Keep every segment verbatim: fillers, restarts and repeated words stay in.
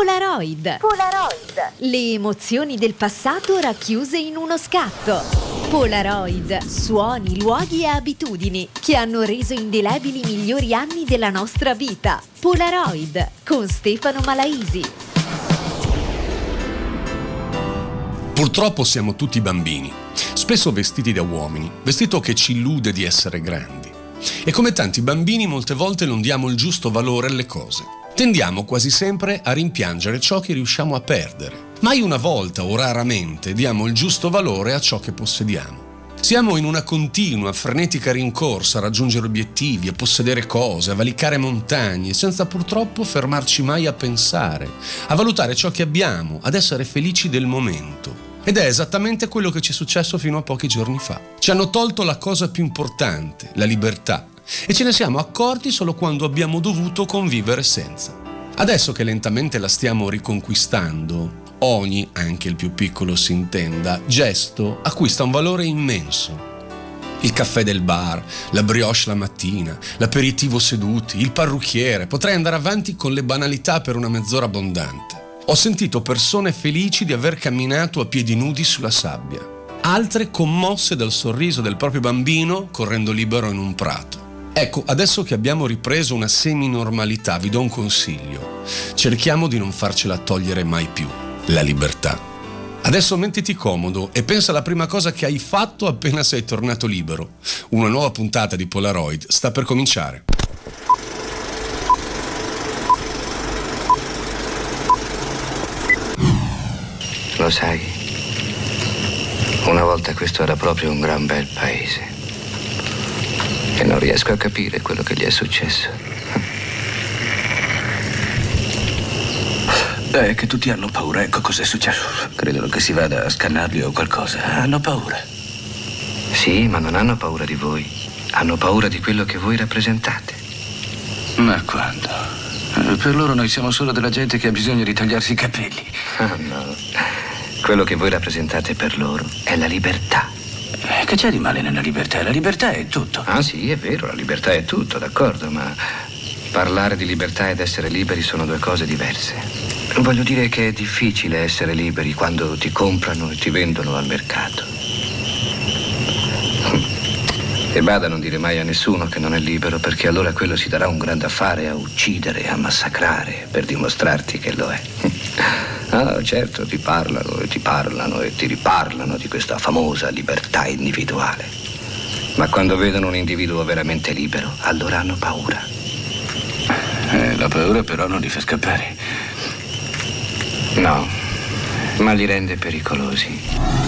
Polaroid. Polaroid. Le emozioni del passato racchiuse in uno scatto. Polaroid. Suoni, luoghi e abitudini che hanno reso indelebili i migliori anni della nostra vita. Polaroid con Stefano Malaisi. Purtroppo siamo tutti bambini, spesso vestiti da uomini, vestito che ci illude di essere grandi. E come tanti bambini molte volte non diamo il giusto valore alle cose. Tendiamo quasi sempre a rimpiangere ciò che riusciamo a perdere. Mai una volta o raramente diamo il giusto valore a ciò che possediamo. Siamo in una continua, frenetica rincorsa a raggiungere obiettivi, a possedere cose, a valicare montagne, senza purtroppo fermarci mai a pensare, a valutare ciò che abbiamo, ad essere felici del momento. Ed è esattamente quello che ci è successo fino a pochi giorni fa. Ci hanno tolto la cosa più importante, la libertà, e ce ne siamo accorti solo quando abbiamo dovuto convivere senza. Adesso che lentamente la stiamo riconquistando, ogni, anche il più piccolo si intenda, gesto acquista un valore immenso. Il caffè del bar, la brioche la mattina, l'aperitivo seduti, il parrucchiere, potrei andare avanti con le banalità per una mezz'ora abbondante. Ho sentito persone felici di aver camminato a piedi nudi sulla sabbia, altre commosse dal sorriso del proprio bambino correndo libero in un prato. Ecco, adesso che abbiamo ripreso una semi-normalità, vi do un consiglio. Cerchiamo di non farcela togliere mai più, la libertà. Adesso mettiti comodo e pensa alla prima cosa che hai fatto appena sei tornato libero. Una nuova puntata di Polaroid sta per cominciare. Lo sai, una volta questo era proprio un gran bel paese. E non riesco a capire quello che gli è successo. È che tutti hanno paura, ecco cos'è successo. Credono che si vada a scannarli o qualcosa. Hanno paura. Sì, ma non hanno paura di voi. Hanno paura di quello che voi rappresentate. Ma quando? Per loro noi siamo solo della gente che ha bisogno di tagliarsi i capelli. Ah, no. Quello che voi rappresentate per loro è la libertà. Che c'è di male nella libertà? La libertà è tutto. Ah sì, è vero, la libertà è tutto, d'accordo, ma parlare di libertà ed essere liberi sono due cose diverse. Voglio dire che è difficile essere liberi quando ti comprano e ti vendono al mercato. E bada a non dire mai a nessuno che non è libero, perché allora quello si darà un grande affare a uccidere, a massacrare, per dimostrarti che lo è. Ah, certo, ti parlano e ti parlano e ti riparlano di questa famosa libertà individuale. Ma quando vedono un individuo veramente libero, allora hanno paura. Eh, la paura però non li fa scappare. No, ma li rende pericolosi.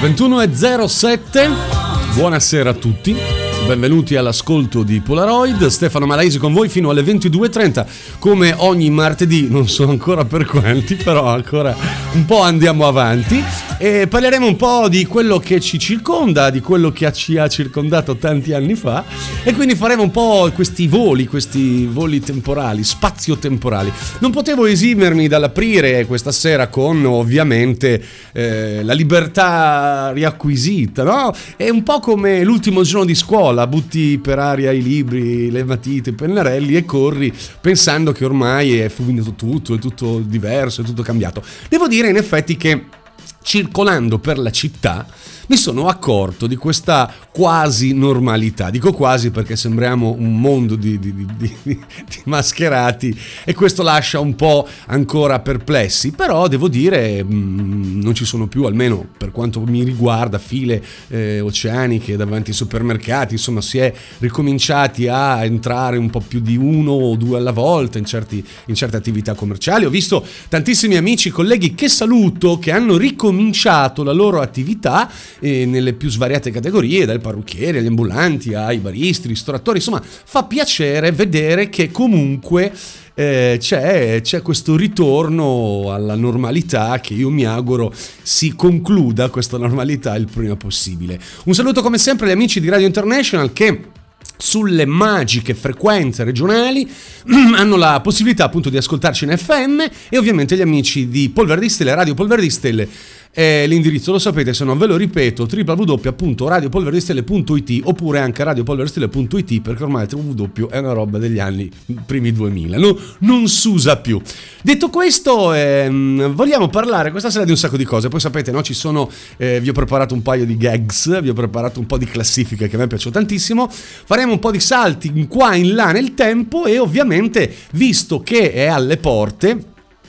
ventuno e zero sette, buonasera a tutti, benvenuti all'ascolto di Polaroid. Stefano Malaisi con voi fino alle ventidue e trenta, come ogni martedì, non so ancora per quanti, però ancora un po' andiamo avanti e parleremo un po' di quello che ci circonda, di quello che ci ha circondato tanti anni fa, e quindi faremo un po' questi voli, questi voli temporali, spazio-temporali. Non potevo esimermi dall'aprire questa sera con, ovviamente, eh, la libertà riacquisita, no? È un po' come l'ultimo giorno di scuola, butti per aria i libri, le matite, i pennarelli e corri pensando che ormai è finito tutto, è tutto diverso, è tutto cambiato. Devo dire in effetti che circolando per la città mi sono accorto di questa quasi normalità. Dico quasi perché sembriamo un mondo di, di, di, di, di mascherati e questo lascia un po' ancora perplessi, però devo dire mh, non ci sono più, almeno per quanto mi riguarda, file eh, oceaniche davanti ai supermercati. Insomma, si è ricominciati a entrare un po' più di uno o due alla volta in, certi, in certe attività commerciali. Ho visto tantissimi amici, colleghi che saluto, che hanno ricominciato la loro attività eh, nelle più svariate categorie, dal parrucchiere agli ambulanti ai baristi, ristoratori. Insomma, fa piacere vedere che comunque eh, c'è, c'è questo ritorno alla normalità, che io mi auguro si concluda questa normalità il prima possibile. Un saluto come sempre agli amici di Radio International che sulle magiche frequenze regionali hanno la possibilità appunto di ascoltarci in F M, e ovviamente gli amici di Polvere di Stelle, Radio Polvere di Stelle. Eh, l'indirizzo lo sapete, se no ve lo ripeto: w w w punto radio polvere di stelle punto i t, oppure anche radio polvere di stelle punto i t, perché ormai il w w è una roba degli anni primi duemila, no? Non si usa più. Detto questo, ehm, vogliamo parlare questa sera di un sacco di cose. Poi sapete, no, ci sono eh, vi ho preparato un paio di gags, vi ho preparato un po' di classifiche che a me piacciono tantissimo. Faremo un po' di salti in qua in là nel tempo, e ovviamente, visto che è alle porte,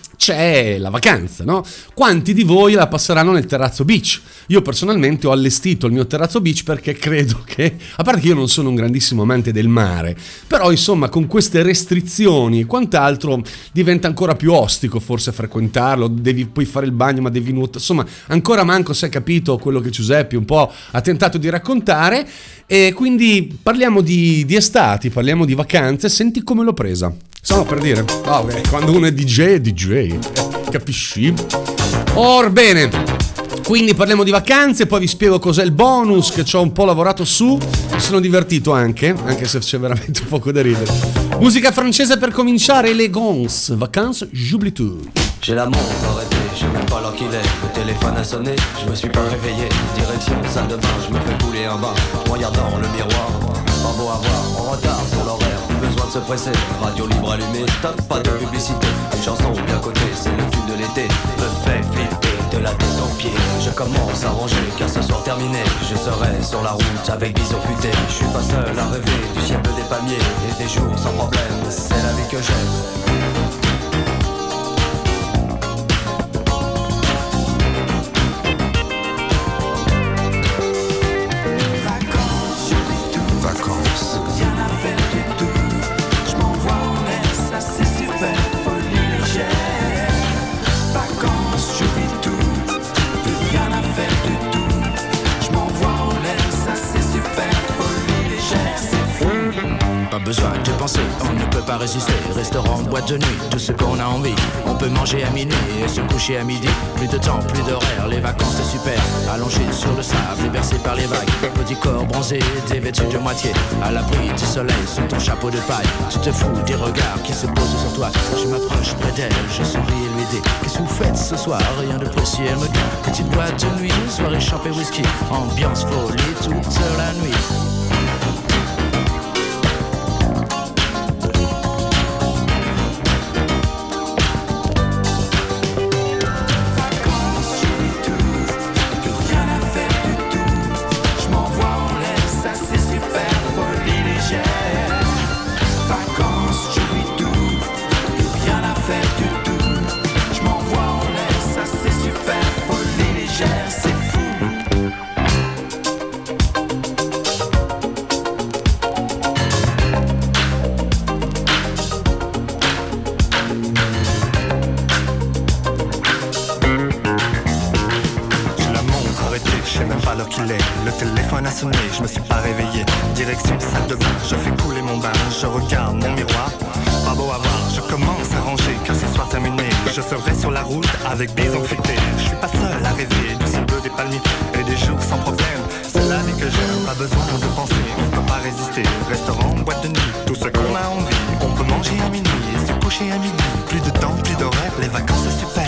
c'è la vacanza, no? Quanti di voi la passeranno nel terrazzo beach? Io personalmente ho allestito il mio terrazzo beach perché credo che, a parte che io non sono un grandissimo amante del mare, però insomma con queste restrizioni e quant'altro diventa ancora più ostico forse frequentarlo. Devi poi fare il bagno, ma devi nuotare, insomma ancora manco si è capito quello che Giuseppe un po' ha tentato di raccontare. E quindi parliamo di, di estati, parliamo di vacanze. Senti come l'ho presa. Solo per dire, oh, beh, quando uno è D J è D J, eh, capisci? Orbene, quindi parliamo di vacanze, poi vi spiego cos'è il bonus, che ci ho un po' lavorato su. Mi sono divertito anche, anche se c'è veramente poco da ridere. Musica francese per cominciare, Elegance, Vacances, j'oublie tout. J'ai la montre arrêtée, je sais même pas l'heure qu'il est. Le téléphone a sonné, je me suis pas réveillé. Direction salle de bain, je me fais couler un bain. Je regarde dans le miroir, pas beau à voir, en retard sur l'horaire. Plus besoin de se presser, radio libre allumée. Stop, pas de publicité, une chanson bien cotée. C'est le tube de l'été, me fait flipper de la tête aux pieds. Je commence à ranger car ce soir terminé. Je serai sur la route avec bison futé. Je suis pas seul à rêver du ciel bleu des palmiers et des jours sans problème. C'est la vie que j'aime. Besoin de penser, on ne peut pas résister. Restaurant, boîte de nuit, tout ce qu'on a envie. On peut manger à minuit et se coucher à midi. Plus de temps, plus d'horaire, les vacances c'est super. Allongé sur le sable, bercé par les vagues. Petit corps bronzé, dévêtu de moitié. À l'abri du soleil, sous ton chapeau de paille. Tu te fous des regards qui se posent sur toi. Je m'approche près d'elle, je souris et lui dis: qu'est-ce que vous faites ce soir? Rien de précis, elle me dit: petite boîte de nuit, soirée champé whisky. Ambiance folie toute la nuit. même pas l'heure qu'il est. Le téléphone a sonné, je me suis pas réveillé. Direction salle de bain, je fais couler mon bain. Je regarde mon miroir, pas beau à voir. Je commence à ranger, car ce soir terminé, je serai sur la route avec des infectés. Je suis pas seul à rêver du ciel bleu des palmiers et des jours sans problème. C'est la vie que j'aime, pas besoin de penser, on peut pas résister. Restaurant, boîte de nuit, tout ce qu'on a envie. On peut manger à minuit et se coucher à midi. Plus de temps, plus d'horaire, les vacances c'est super.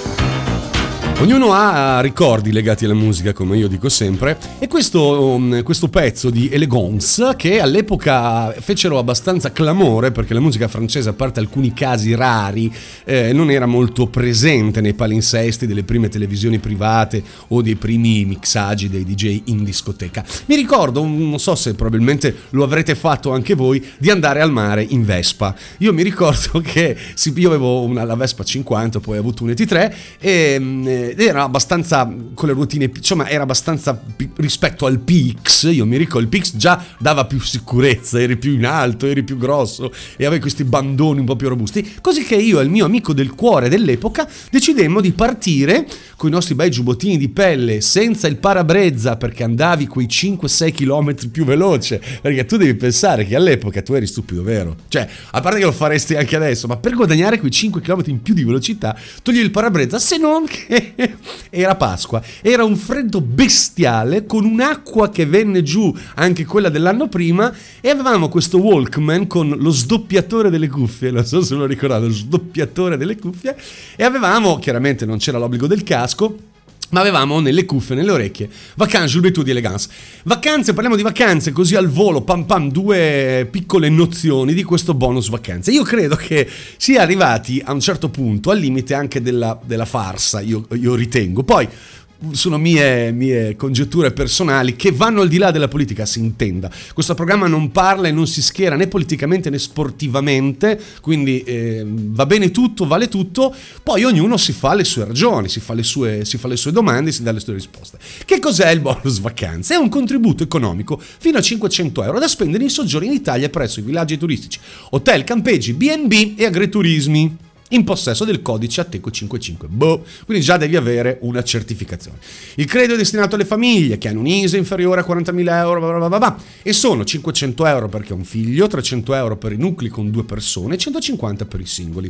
Ognuno ha ricordi legati alla musica, come io dico sempre, e questo, questo pezzo di Elegance, che all'epoca fecero abbastanza clamore, perché la musica francese, a parte alcuni casi rari, eh, non era molto presente nei palinsesti delle prime televisioni private o dei primi mixaggi dei D J in discoteca. Mi ricordo, non so se probabilmente lo avrete fatto anche voi, di andare al mare in Vespa. Io mi ricordo che io avevo una, la Vespa cinquanta, poi ho avuto un E T tre e... ed era abbastanza con le ruotine, insomma era abbastanza rispetto al P X. Io mi ricordo il P X già dava più sicurezza, eri più in alto, eri più grosso e avevi questi bandoni un po' più robusti, così che io e il mio amico del cuore dell'epoca decidemmo di partire con i nostri bei giubbottini di pelle senza il parabrezza, perché andavi quei cinque sei chilometri più veloce, perché tu devi pensare che all'epoca tu eri stupido, vero? Cioè, a parte che lo faresti anche adesso, ma per guadagnare quei cinque chilometri in più di velocità togli il parabrezza, se non che era Pasqua, era un freddo bestiale con un'acqua che venne giù, anche quella dell'anno prima, e avevamo questo Walkman con lo sdoppiatore delle cuffie, non so se lo ricordate, lo sdoppiatore delle cuffie, e avevamo, chiaramente non c'era l'obbligo del casco, ma avevamo nelle cuffie, nelle orecchie, Vacanze, Jules Bétou di Elegance. Vacanze, parliamo di vacanze, così al volo, pam pam, due piccole nozioni di questo bonus vacanze. Io credo che sia arrivati a un certo punto al limite anche della, della farsa, io, io ritengo. Poi sono mie, mie congetture personali che vanno al di là della politica, si intenda. Questo programma non parla e non si schiera né politicamente né sportivamente, quindi eh, va bene tutto, vale tutto, poi ognuno si fa le sue ragioni, si fa le sue, si fa le sue domande, si dà le sue risposte. Che cos'è il bonus vacanze? È un contributo economico fino a cinquecento euro da spendere in soggiorni in Italia presso i villaggi turistici, hotel, campeggi, B and B e agriturismi, in possesso del codice Ateco cinquantacinque. Boh, quindi già devi avere una certificazione. Il credito è destinato alle famiglie che hanno un I S E inferiore a quarantamila euro, blah blah blah blah, e sono cinquecento euro perché è un figlio, trecento euro per i nuclei con due persone e centocinquanta per i singoli.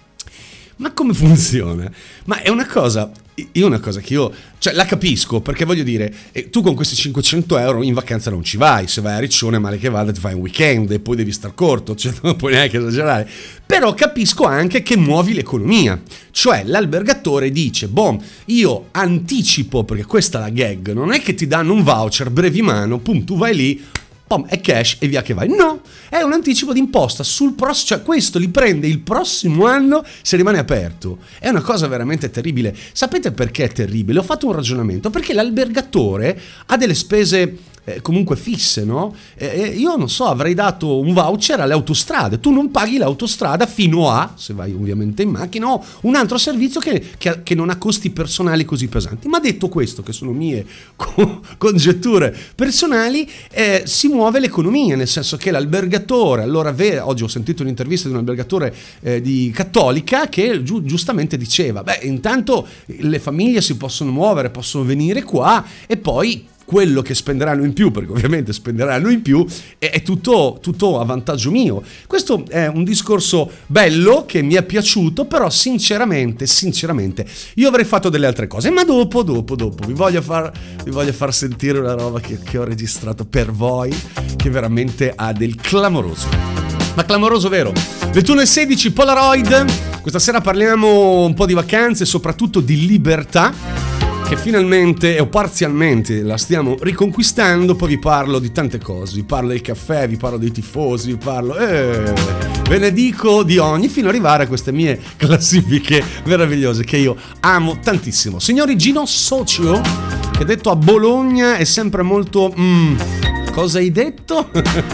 Ma come funziona? Ma è una cosa, io una cosa che io, cioè la capisco, perché voglio dire, eh, tu con questi cinquecento euro in vacanza non ci vai, se vai a Riccione male che vada ti fai un weekend e poi devi star corto, cioè non puoi neanche esagerare, però capisco anche che muovi l'economia, cioè l'albergatore dice, boh, io anticipo, perché questa è la gag, non è che ti danno un voucher brevi mano, pum, tu vai lì, è cash e via che vai. No, è un anticipo d'imposta sul prossimo, cioè questo li prende il prossimo anno se rimane aperto. È una cosa veramente terribile. Sapete perché è terribile? Ho fatto un ragionamento, perché l'albergatore ha delle spese eh, comunque fisse, no? Eh, io non so, avrei dato un voucher alle autostrade, tu non paghi l'autostrada fino a, se vai ovviamente in macchina, o un altro servizio che, che, che non ha costi personali così pesanti. Ma detto questo, che sono mie co- congetture personali, eh, si muove l'economia, nel senso che l'albergatore, allora ve- oggi ho sentito un'intervista di un albergatore eh, di Cattolica che giu- giustamente diceva, beh, intanto le famiglie si possono muovere, possono venire qua e poi quello che spenderanno in più, perché ovviamente spenderanno in più, è, è tutto, tutto a vantaggio mio. Questo è un discorso bello che mi è piaciuto, però sinceramente, sinceramente, io avrei fatto delle altre cose, ma dopo, dopo, dopo, vi voglio far, vi voglio far sentire una roba che, che ho registrato per voi, che veramente ha del clamoroso. Ma clamoroso vero. ventuno e sedici Polaroid, questa sera parliamo un po' di vacanze, soprattutto di libertà, che finalmente o parzialmente la stiamo riconquistando. Poi vi parlo di tante cose, vi parlo del caffè, vi parlo dei tifosi, vi parlo, eh, ve ne dico di ogni, fino ad arrivare a queste mie classifiche meravigliose che io amo tantissimo. Signori, Gino Socio, che detto a Bologna è sempre molto mm, cosa hai detto?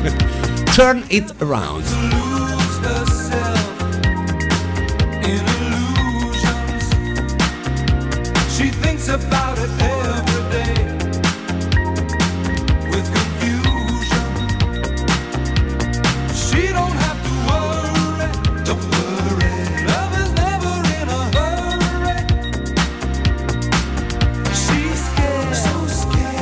Turn it around. About it every day with confusion. She don't have to worry, don't worry. Love is never in a hurry. She's scared, so scared.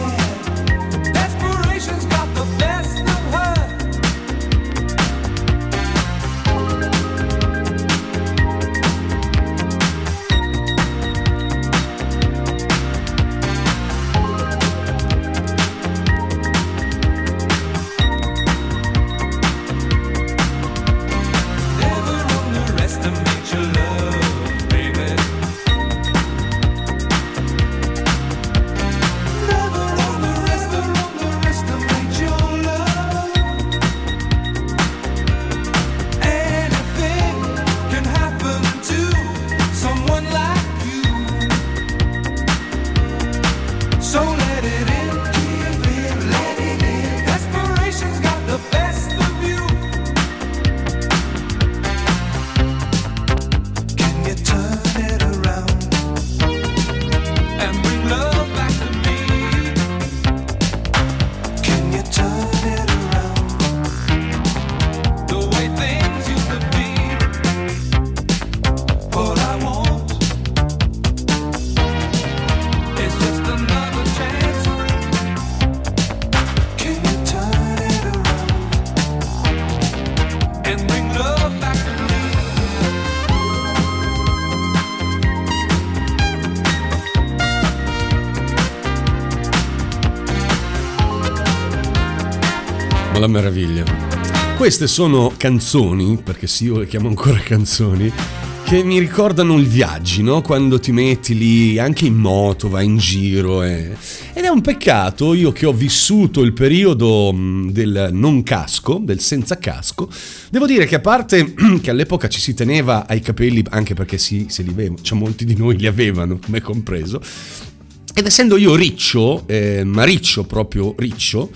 Oh, la meraviglia. Queste sono canzoni, perché sì, io le chiamo ancora canzoni, che mi ricordano i viaggi, no? Quando ti metti lì anche in moto, vai in giro e... ed è un peccato, io che ho vissuto il periodo del non casco, del senza casco, devo dire che a parte che all'epoca ci si teneva ai capelli, anche perché sì, se li avevano, cioè molti di noi li avevano, me compreso, ed essendo io riccio, eh, ma riccio proprio riccio,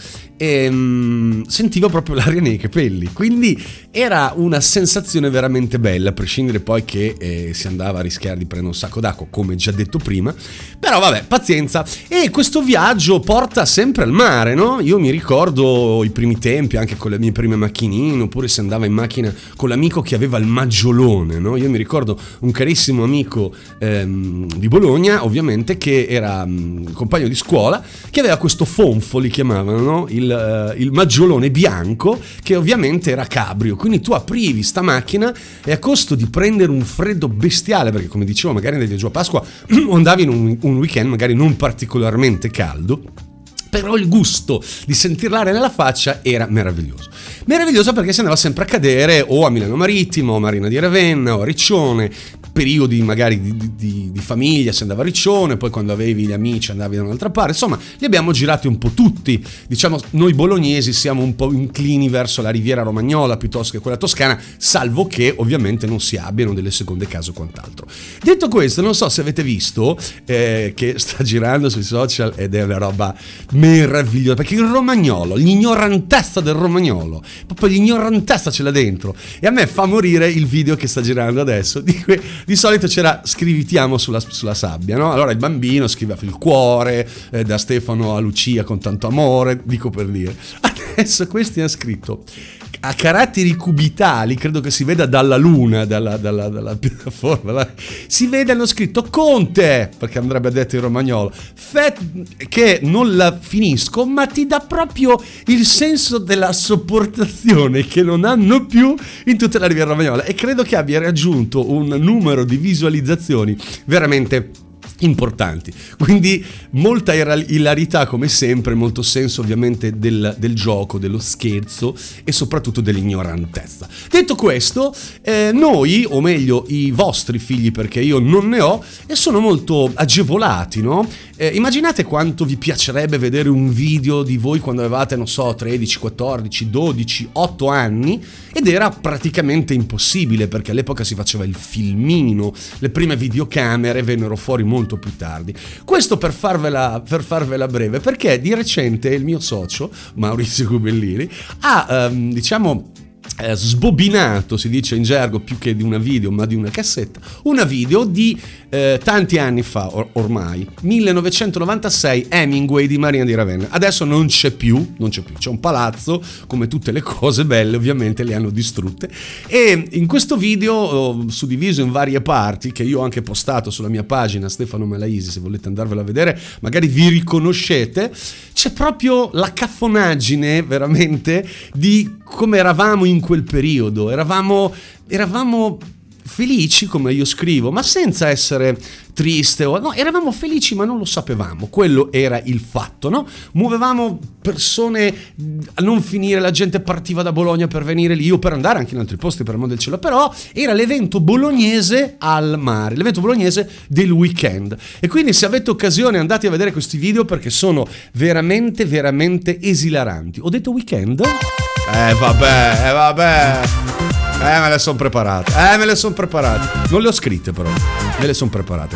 ehm, sentivo proprio l'aria nei capelli, quindi era una sensazione veramente bella, a prescindere poi che eh, si andava a rischiare di prendere un sacco d'acqua, come già detto prima, però vabbè, pazienza. E questo viaggio porta sempre al mare, no? Io mi ricordo i primi tempi, anche con le mie prime macchinine, oppure si andava in macchina con l'amico che aveva il maggiolone, no? Io mi ricordo un carissimo amico ehm, di Bologna, ovviamente, che era um, compagno di scuola, che aveva questo fonfo, li chiamavano, no? Il, uh, il maggiolone bianco, che ovviamente era cabrio. Quindi tu aprivi sta macchina e a costo di prendere un freddo bestiale, perché come dicevo magari andavi giù a Pasqua o andavi in un, un weekend magari non particolarmente caldo, però il gusto di sentir l'aria nella faccia era meraviglioso. Meraviglioso perché si andava sempre a cadere o a Milano Marittimo, o a Marina di Ravenna, o a Riccione, periodi magari di, di, di famiglia si andava a Riccione, poi quando avevi gli amici andavi da un'altra parte, insomma li abbiamo girati un po' tutti. Diciamo noi bolognesi siamo un po' inclini verso la riviera romagnola piuttosto che quella toscana, salvo che ovviamente non si abbiano delle seconde case o quant'altro. Detto questo, non so se avete visto eh, che sta girando sui social ed è una roba meravigliosa, perché il romagnolo, l'ignorantezza del romagnolo, proprio l'ignorantezza ce l'ha dentro, e a me fa morire il video che sta girando adesso. Di, que- di solito c'era scrivitiamo sulla, sulla sabbia, no? Allora il bambino scriveva il cuore, eh, da Stefano a Lucia con tanto amore, dico per dire. Adesso questi hanno scritto a caratteri cubitali, credo che si veda dalla luna, dalla, dalla, dalla piattaforma, si vede, hanno scritto Conte, perché andrebbe detto in romagnolo, Fet, che non la finisco, ma ti dà proprio il senso della sopportazione che non hanno più in tutta la riviera romagnola, e credo che abbia raggiunto un numero di visualizzazioni veramente importanti, quindi molta ilarità come sempre, molto senso ovviamente del, del gioco, dello scherzo e soprattutto dell'ignorantezza. Detto questo, eh, noi, o meglio i vostri figli, perché io non ne ho, e sono molto agevolati, no? Eh, immaginate quanto vi piacerebbe vedere un video di voi quando avevate, non so, tredici, quattordici, dodici, otto anni, ed era praticamente impossibile perché all'epoca si faceva il filmino, le prime videocamere vennero fuori molto più tardi. Questo per farvela, per farvela breve, perché di recente il mio socio Maurizio Gubellini ha ehm, diciamo eh, sbobinato, si dice in gergo, più che di una video ma di una cassetta, una video di eh, tanti anni fa or- ormai millenovecentonovantasei, Hemingway di Marina di Ravenna. Adesso non c'è più, non c'è più, c'è un palazzo, come tutte le cose belle ovviamente le hanno distrutte, e in questo video oh, suddiviso in varie parti, che io ho anche postato sulla mia pagina Stefano Malaisi, se volete andarvela a vedere magari vi riconoscete, c'è proprio la caffonaggine veramente di come eravamo in quel periodo. Eravamo eravamo felici, come io scrivo, ma senza essere triste o no, eravamo felici ma non lo sapevamo, quello era il fatto, no? Muovevamo persone a non finire, la gente partiva da Bologna per venire lì, io per andare anche in altri posti per amor del cielo, però era l'evento bolognese al mare, l'evento bolognese del weekend, e quindi se avete occasione andate a vedere questi video perché sono veramente veramente esilaranti. Ho detto weekend? Eh vabbè, eh vabbè Eh, me le sono preparate. Eh, me le sono preparate. Non le ho scritte, però. Me le sono preparate.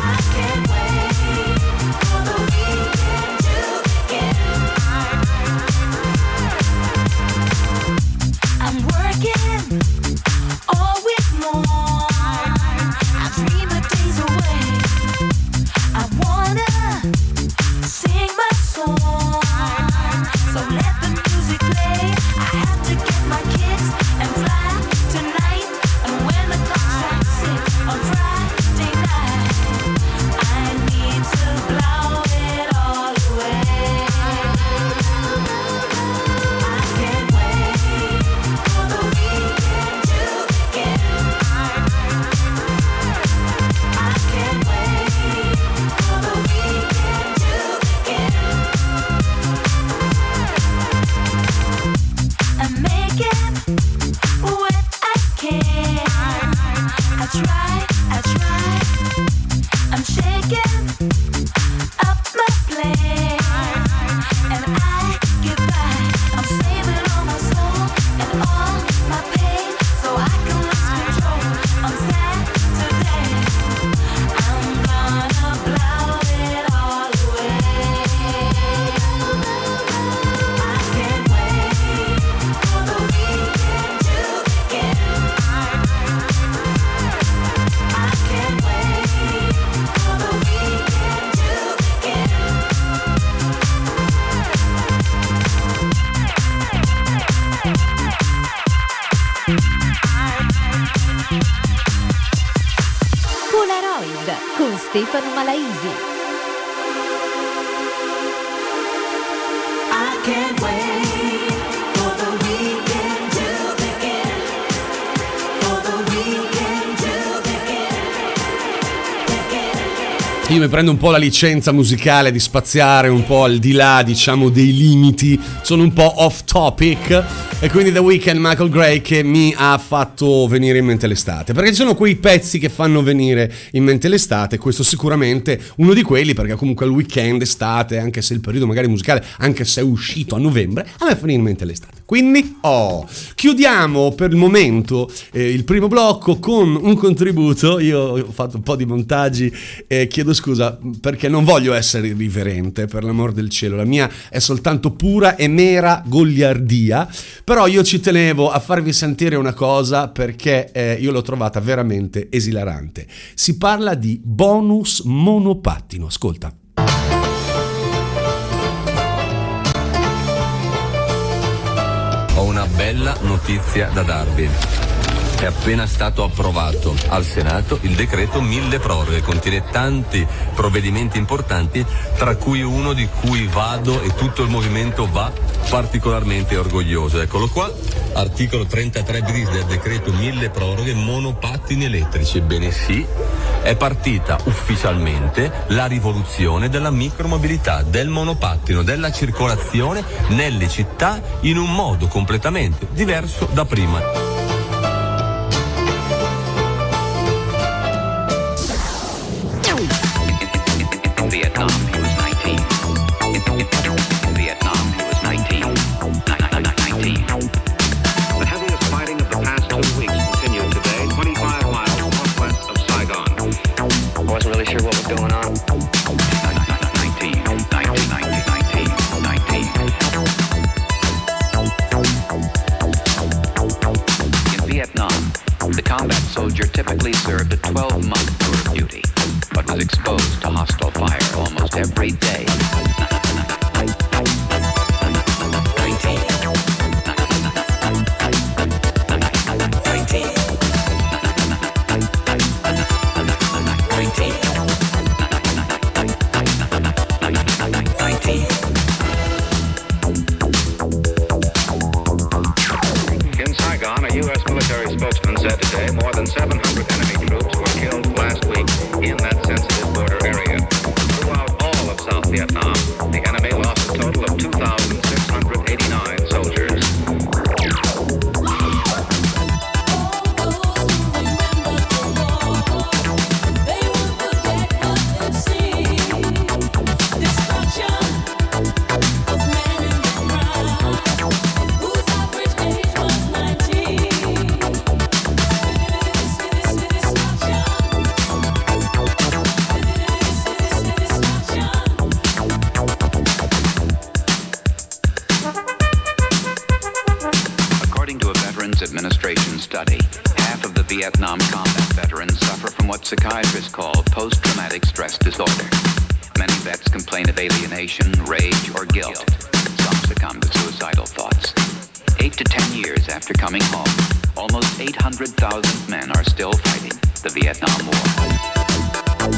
I Stefano Malaisi. I can't wait for the weekend to begin. For the weekend to begin. Begin. Io mi prendo un po' la licenza musicale di spaziare un po' al di là, diciamo, dei limiti. Sono un po' off topic. E quindi The Weeknd, Michael Gray, che mi ha fatto venire in mente l'estate, perché ci sono quei pezzi che fanno venire in mente l'estate. Questo sicuramente uno di quelli, perché comunque il weekend, estate, anche se il periodo magari musicale, anche se è uscito a novembre, a me fa venire in mente l'estate. Quindi oh, chiudiamo per il momento eh, il primo blocco con un contributo. Io ho fatto un po' di montaggi e chiedo scusa perché non voglio essere irriverente, per l'amor del cielo, la mia è soltanto pura e mera goliardia. Però io ci tenevo a farvi sentire una cosa, perché eh, io l'ho trovata veramente esilarante. Si parla di bonus monopattino. Ascolta. Ho una bella notizia da darvi. È appena stato approvato al Senato il decreto mille proroghe, contiene tanti provvedimenti importanti, tra cui uno di cui vado e tutto il movimento va particolarmente orgoglioso. Eccolo qua, articolo trentatré bis del decreto mille proroghe, monopattini elettrici. Ebbene sì, è partita ufficialmente la rivoluzione della micromobilità, del monopattino, della circolazione nelle città in un modo completamente diverso da prima. Vietnam, he was nineteen. In Vietnam, he was nineteen. nineteen. The heaviest fighting of the past two weeks continued today, twenty-five miles northwest of Saigon. I wasn't really sure what was going on. nineteen, nineteen, nineteen, nineteen. In Vietnam, the combat soldier typically served a twelve-month tour of duty, but was exposed to hostile fire almost every day. In Saigon, a U S military spokesman said today more than seven hundred enemy troops were killed last week in that sensitive border area. Throughout all of South Vietnam, the enemy lost a total of two thousand six hundred eighty-nine soldiers. Administration study, half of the Vietnam combat veterans suffer from what psychiatrists call post-traumatic stress disorder. Many vets complain of alienation, rage, or guilt. Some succumb to suicidal thoughts. Eight to ten years after coming home, almost eight hundred thousand men are still fighting the Vietnam War.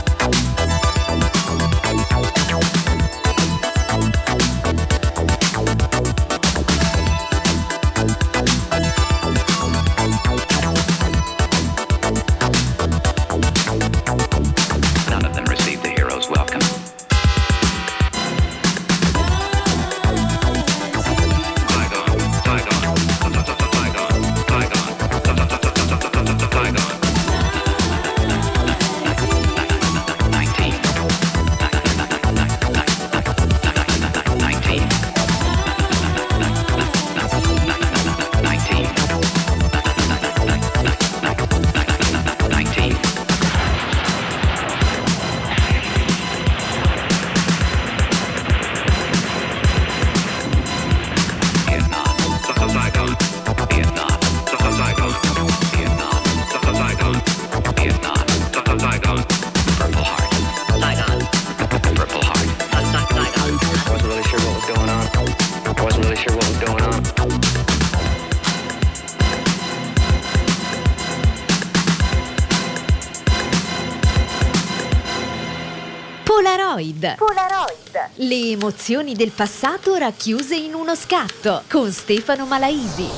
Polaroid. Polaroid. Le emozioni del passato racchiuse in uno scatto con Stefano Malaisi.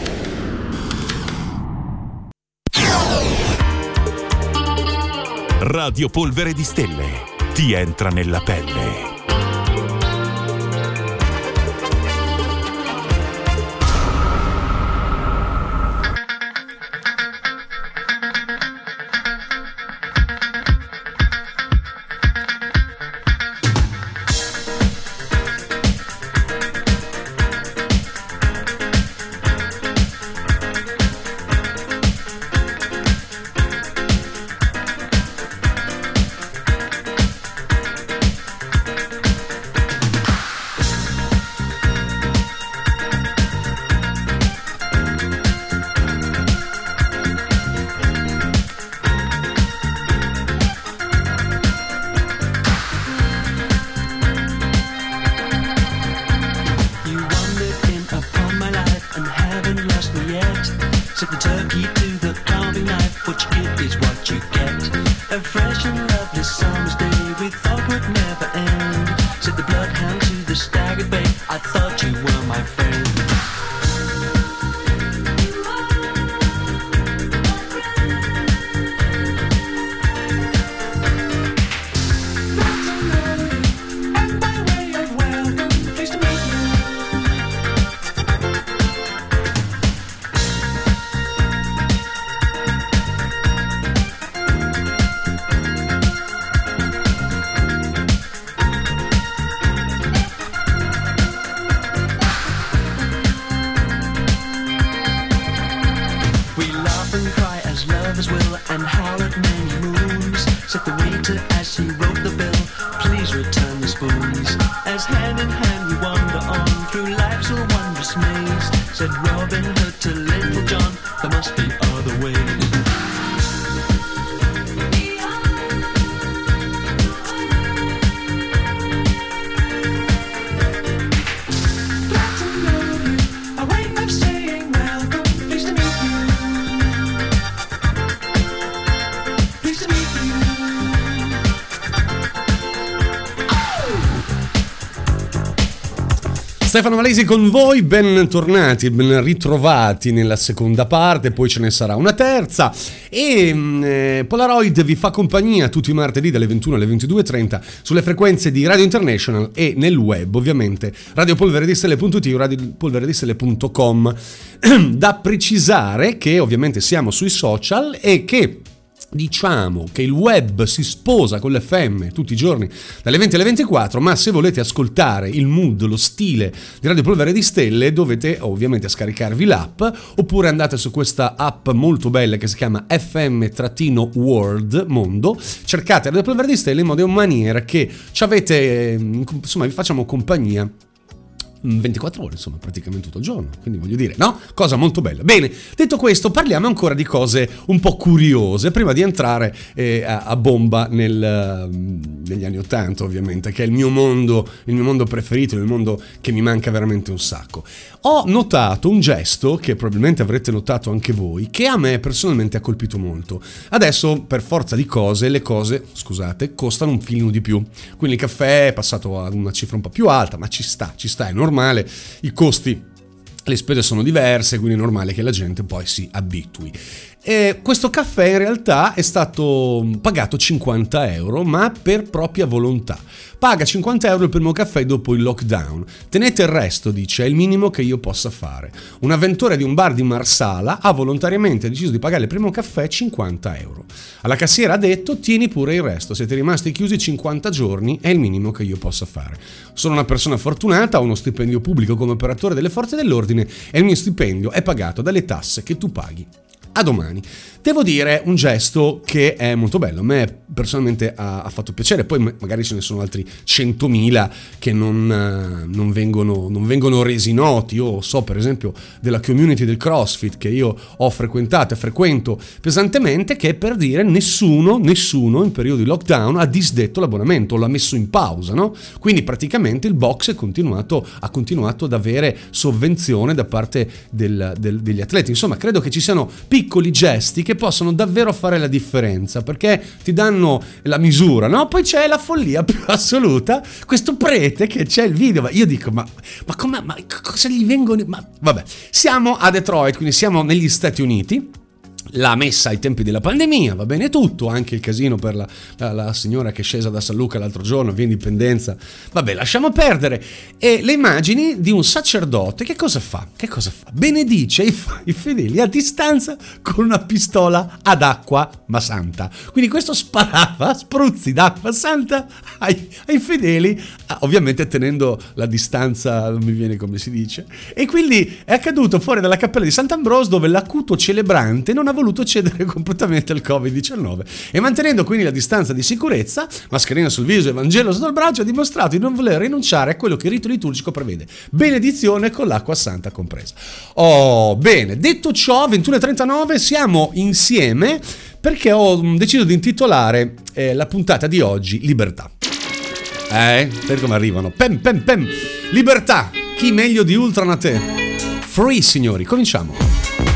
Radio Polvere di Stelle ti entra nella pelle. Stefano Malaisi con voi, bentornati, ben ritrovati nella seconda parte, poi ce ne sarà una terza e eh, Polaroid vi fa compagnia tutti i martedì dalle ventuno alle ventidue e trenta sulle frequenze di Radio International e nel web ovviamente radio polvere di stelle punto it o radio polvere di stelle punto com. Da precisare che ovviamente siamo sui social e che diciamo che il web si sposa con l'F M tutti i giorni dalle venti alle ventiquattro, ma se volete ascoltare il mood, lo stile di Radio Polvere di Stelle dovete ovviamente scaricarvi l'app oppure andate su questa app molto bella che si chiama F M-World Mondo, cercate Radio Polvere di Stelle in modo e maniera che ci avete, insomma vi facciamo compagnia ventiquattro ore, insomma, praticamente tutto il giorno, quindi voglio dire, no? Cosa molto bella. Bene, detto questo, parliamo ancora di cose un po' curiose, prima di entrare eh, a, a bomba nel, negli anni ottanta, ovviamente, che è il mio mondo, il mio mondo preferito, il mondo che mi manca veramente un sacco. Ho notato un gesto, che probabilmente avrete notato anche voi, che a me personalmente ha colpito molto. Adesso, per forza di cose, le cose, scusate, costano un filino di più. Quindi il caffè è passato ad una cifra un po' più alta, ma ci sta, ci sta, è normale. I costi, le spese sono diverse, quindi è normale che la gente poi si abitui. E questo caffè in realtà è stato pagato cinquanta euro, ma per propria volontà. Paga cinquanta euro il primo caffè dopo il lockdown. Tenete il resto, dice, è il minimo che io possa fare. Un avventore di un bar di Marsala ha volontariamente deciso di pagare il primo caffè cinquanta euro. Alla cassiera ha detto, tieni pure il resto, siete rimasti chiusi cinquanta giorni, è il minimo che io possa fare. Sono una persona fortunata, ho uno stipendio pubblico come operatore delle forze dell'ordine e il mio stipendio è pagato dalle tasse che tu paghi. A domani. Devo dire un gesto che è molto bello, a me personalmente ha, ha fatto piacere, poi magari ce ne sono altri centomila che non, non, vengono, non vengono resi noti. Io so per esempio della community del CrossFit che io ho frequentato e frequento pesantemente, che per dire nessuno, nessuno in periodo di lockdown ha disdetto l'abbonamento, l'ha messo in pausa, no? Quindi praticamente il box è continuato, ha continuato ad avere sovvenzione da parte del, del, degli atleti. Insomma, credo che ci siano piccoli piccoli gesti che possono davvero fare la differenza, perché ti danno la misura, no? Poi c'è la follia più assoluta, questo prete che c'è il video, ma io dico ma, ma come, ma cosa gli vengono, ma vabbè, siamo a Detroit, quindi siamo negli Stati Uniti. La messa ai tempi della pandemia, va bene tutto, anche il casino per la, la, la signora che è scesa da San Luca l'altro giorno, via Indipendenza, vabbè, lasciamo perdere. E le immagini di un sacerdote, che cosa fa? Che cosa fa? Benedice i, i fedeli a distanza con una pistola ad acqua ma santa. Quindi questo sparava spruzzi d'acqua santa ai, ai fedeli, ovviamente tenendo la distanza, non mi viene come si dice, e quindi è accaduto fuori dalla cappella di Sant'Ambrose, dove l'acuto celebrante non ha voluto cedere completamente al covid diciannove e, mantenendo quindi la distanza di sicurezza, mascherina sul viso e Vangelo sotto il braccio, ha dimostrato di non voler rinunciare a quello che il rito liturgico prevede: benedizione con l'acqua santa compresa. Oh, bene, detto ciò, ventuno e trentanove, siamo insieme perché ho deciso di intitolare eh, la puntata di oggi Libertà. Eh, per come arrivano, pem pem pem, libertà, chi meglio di Ultranate? Free, signori, cominciamo.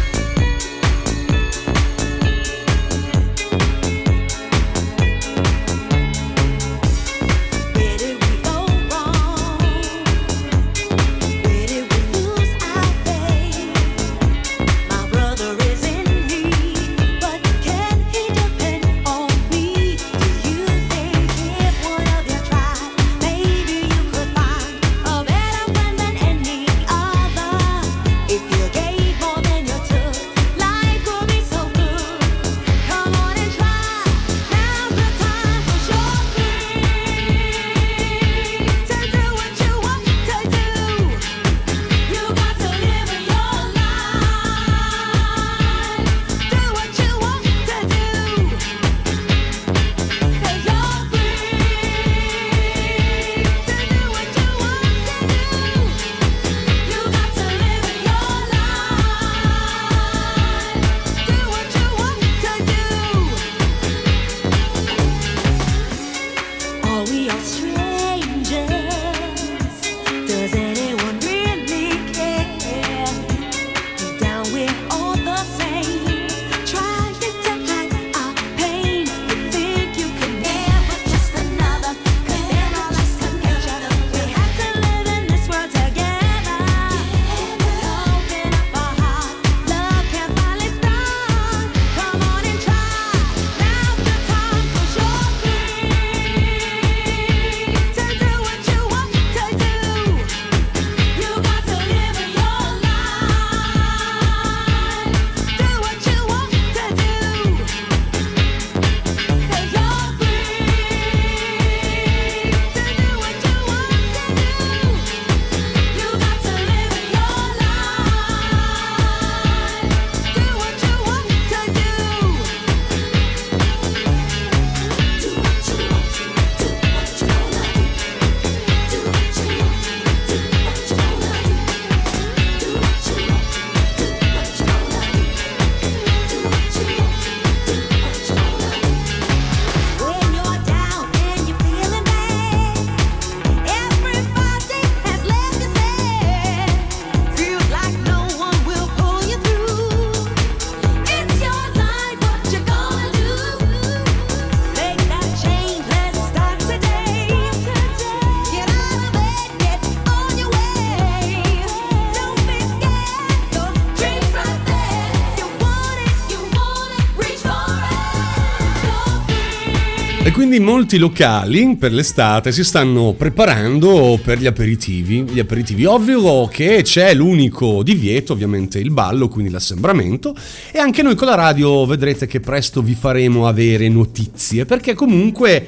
E quindi molti locali per l'estate si stanno preparando per gli aperitivi. Gli aperitivi, ovvio che c'è l'unico divieto, ovviamente il ballo, quindi l'assembramento, e anche noi con la radio vedrete che presto vi faremo avere notizie, perché comunque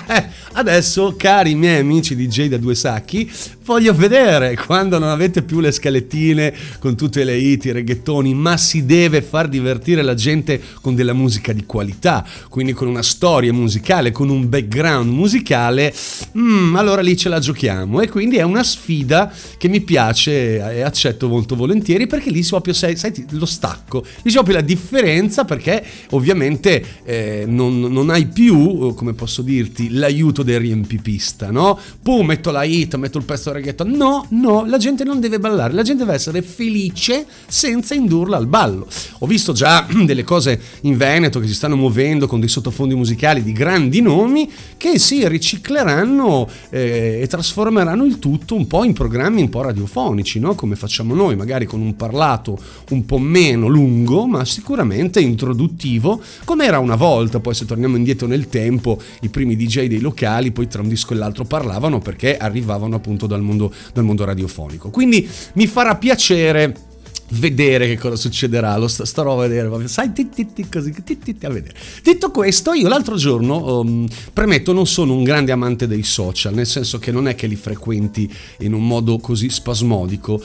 adesso, cari miei amici D J da due sacchi, voglio vedere quando non avete più le scalettine con tutte le hit, i reggaetoni, ma si deve far divertire la gente con della musica di qualità, quindi con una storia musicale, con con un background musicale, mm, allora lì ce la giochiamo, e quindi è una sfida che mi piace e accetto molto volentieri, perché lì si proprio sai, sai lo stacco, lì c'è proprio la differenza, perché ovviamente eh, non, non hai più, come posso dirti, l'aiuto del riempipista, no? Pum, metto la hit, metto il pezzo reggaeton, no, no, la gente non deve ballare, la gente deve essere felice senza indurla al ballo. Ho visto già delle cose in Veneto che si stanno muovendo con dei sottofondi musicali di grandi nomi che si ricicleranno eh, e trasformeranno il tutto un po' in programmi un po' radiofonici, no? Come facciamo noi, magari con un parlato un po' meno lungo ma sicuramente introduttivo, come era una volta. Poi se torniamo indietro nel tempo, i primi D J dei locali poi tra un disco e l'altro parlavano perché arrivavano appunto dal mondo, dal mondo radiofonico. Quindi mi farà piacere vedere che cosa succederà, lo st- starò a vedere, sai, ti, ti, ti, così, ti, ti, ti, a vedere. Detto questo, io l'altro giorno um, premetto, non sono un grande amante dei social, nel senso che non è che li frequenti in un modo così spasmodico,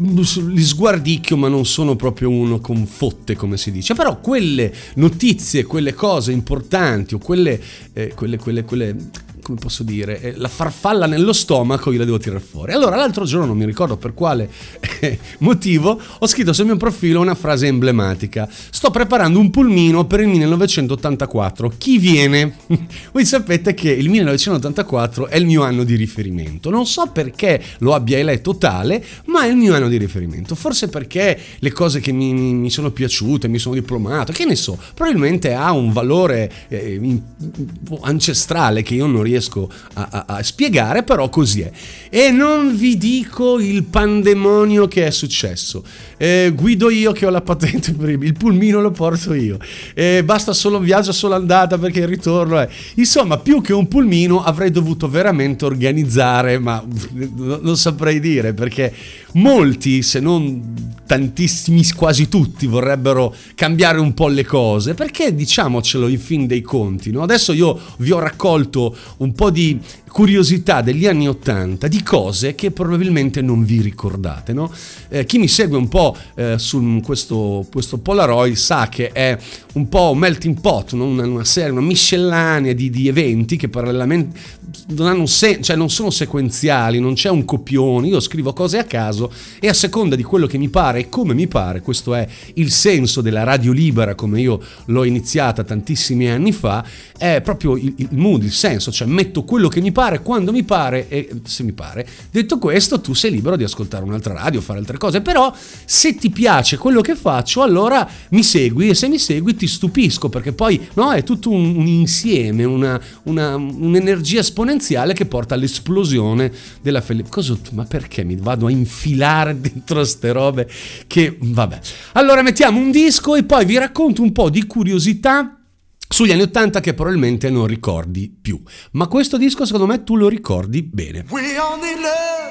li sguardicchio, ma non sono proprio uno con fotte, come si dice. Però quelle notizie, quelle cose importanti o quelle eh, quelle quelle quelle come posso dire, la farfalla nello stomaco io la devo tirare fuori. Allora l'altro giorno, non mi ricordo per quale eh, motivo, ho scritto sul mio profilo una frase emblematica: sto preparando un pulmino per il millenovecentottantaquattro, chi viene? Voi sapete che il millenovecentottantaquattro è il mio anno di riferimento, non so perché lo abbia eletto tale, ma è il mio anno di riferimento, forse perché le cose che mi, mi sono piaciute, mi sono diplomato, che ne so, probabilmente ha un valore eh, in, ancestrale che io non riesco A, a, a spiegare, però così è. E non vi dico il pandemonio che è successo. Eh, guido io che ho la patente per il pulmino, lo porto io. Eh, basta solo viaggio, solo andata, perché il ritorno è. Insomma, più che un pulmino avrei dovuto veramente organizzare, ma non saprei dire, perché molti, se non tantissimi, quasi tutti, vorrebbero cambiare un po' le cose, perché diciamocelo in fin dei conti, no? Adesso io vi ho raccolto un po' di curiosità degli anni ottanta, di cose che probabilmente non vi ricordate, no? Eh, chi mi segue un po' eh, su questo, questo Polaroid sa che è un po' un melting pot, no? una, una serie, una miscellanea di, di eventi che parallelamente non hanno sen- cioè non sono sequenziali, non c'è un copione, io scrivo cose a caso e a seconda di quello che mi pare e come mi pare, questo è il senso della radio libera come io l'ho iniziata tantissimi anni fa, è proprio il, il mood, il senso, cioè metto quello che mi pare quando mi pare e se mi pare. Detto questo, tu sei libero di ascoltare un'altra radio, fare altre cose, però se ti piace quello che faccio, allora mi segui, e se mi segui ti stupisco, perché poi no, è tutto un, un insieme, una, una, un'energia esponenziale che porta all'esplosione della felicità. Cosa, ma perché mi vado a infilare dentro ste robe che vabbè. Allora mettiamo un disco e poi vi racconto un po' di curiosità sugli anni ottanta che probabilmente non ricordi più, ma questo disco secondo me tu lo ricordi bene. We all need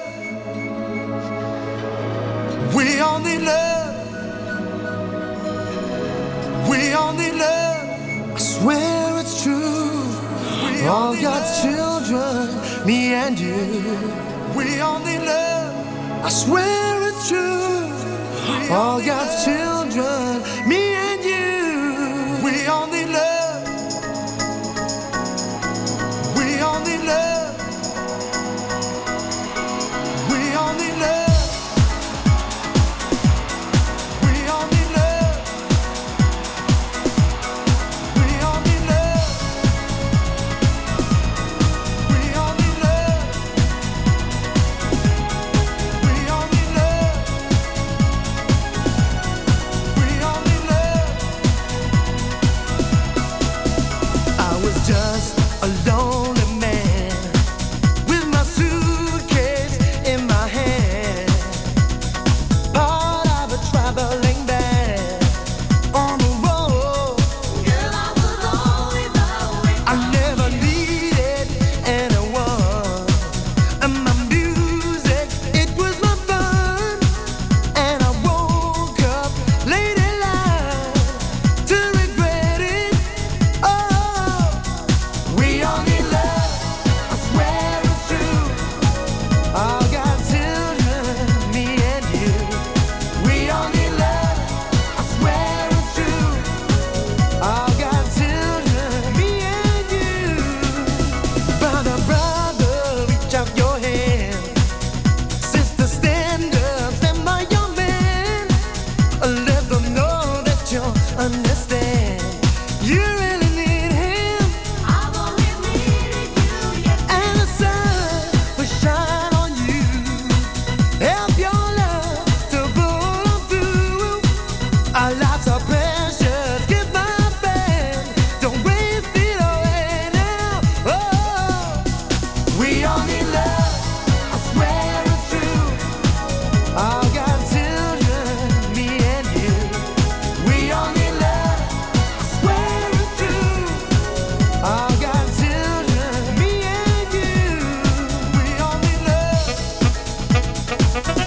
love. We all need love. We all need love. I swear it's true. We all God's children, me and you. We all need love. I swear it's true. All God's children, me and you. We all need love. We all need love. We all need love. We all need love. We all need love. We all need love. We all need love. We all need love.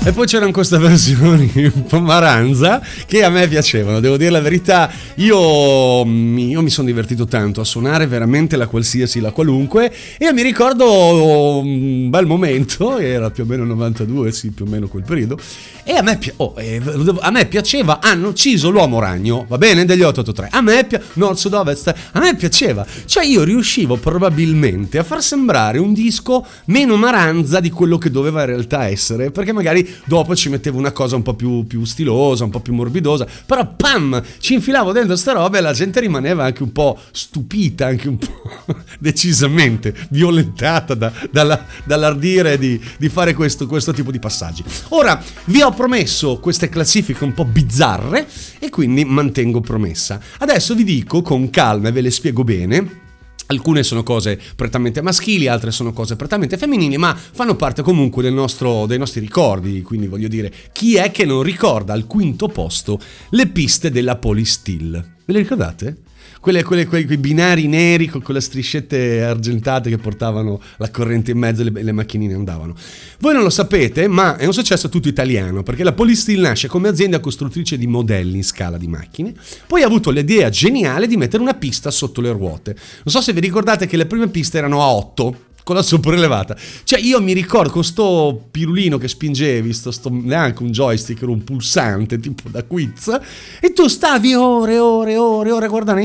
E poi c'erano queste versioni un po' maranza che a me piacevano, devo dire la verità. Io, io mi sono divertito tanto a suonare veramente la qualsiasi, la qualunque, e io mi ricordo un bel momento, era più o meno novantadue, sì, più o meno quel periodo, e a me, oh, eh, a me piaceva, hanno ucciso l'uomo ragno, va bene, degli otto otto tre, a me pi- nord, sud, ovest, a me piaceva, cioè io riuscivo probabilmente a far sembrare un disco meno maranza di quello che doveva in realtà essere, perché magari dopo ci mettevo una cosa un po' più, più stilosa, un po' più morbidosa, però pam, ci infilavo dentro sta roba e la gente rimaneva anche un po' stupita, anche un po' decisamente violentata da, dalla, dall'ardire di, di fare questo, questo tipo di passaggi. Ora vi ho promesso queste classifiche un po' bizzarre e quindi mantengo promessa. Adesso vi dico con calma e ve le spiego bene. Alcune sono cose prettamente maschili, altre sono cose prettamente femminili, ma fanno parte comunque del nostro, dei nostri ricordi. Quindi voglio dire, chi è che non ricorda al quinto posto le piste della Polystill? Ve le ricordate? Quelle, quelle, quei, quei binari neri con, con le striscette argentate che portavano la corrente in mezzo e le, le macchinine andavano. Voi non lo sapete, ma è un successo tutto italiano, perché la Polystill nasce come azienda costruttrice di modelli in scala di macchine, poi ha avuto l'idea geniale di mettere una pista sotto le ruote. Non so se vi ricordate che le prime piste erano a otto, con la sopraelevata. Cioè io mi ricordo con sto pirulino che spingevi, sto, sto neanche un joystick, era un pulsante tipo da quiz, e tu stavi ore ore ore ore a guardare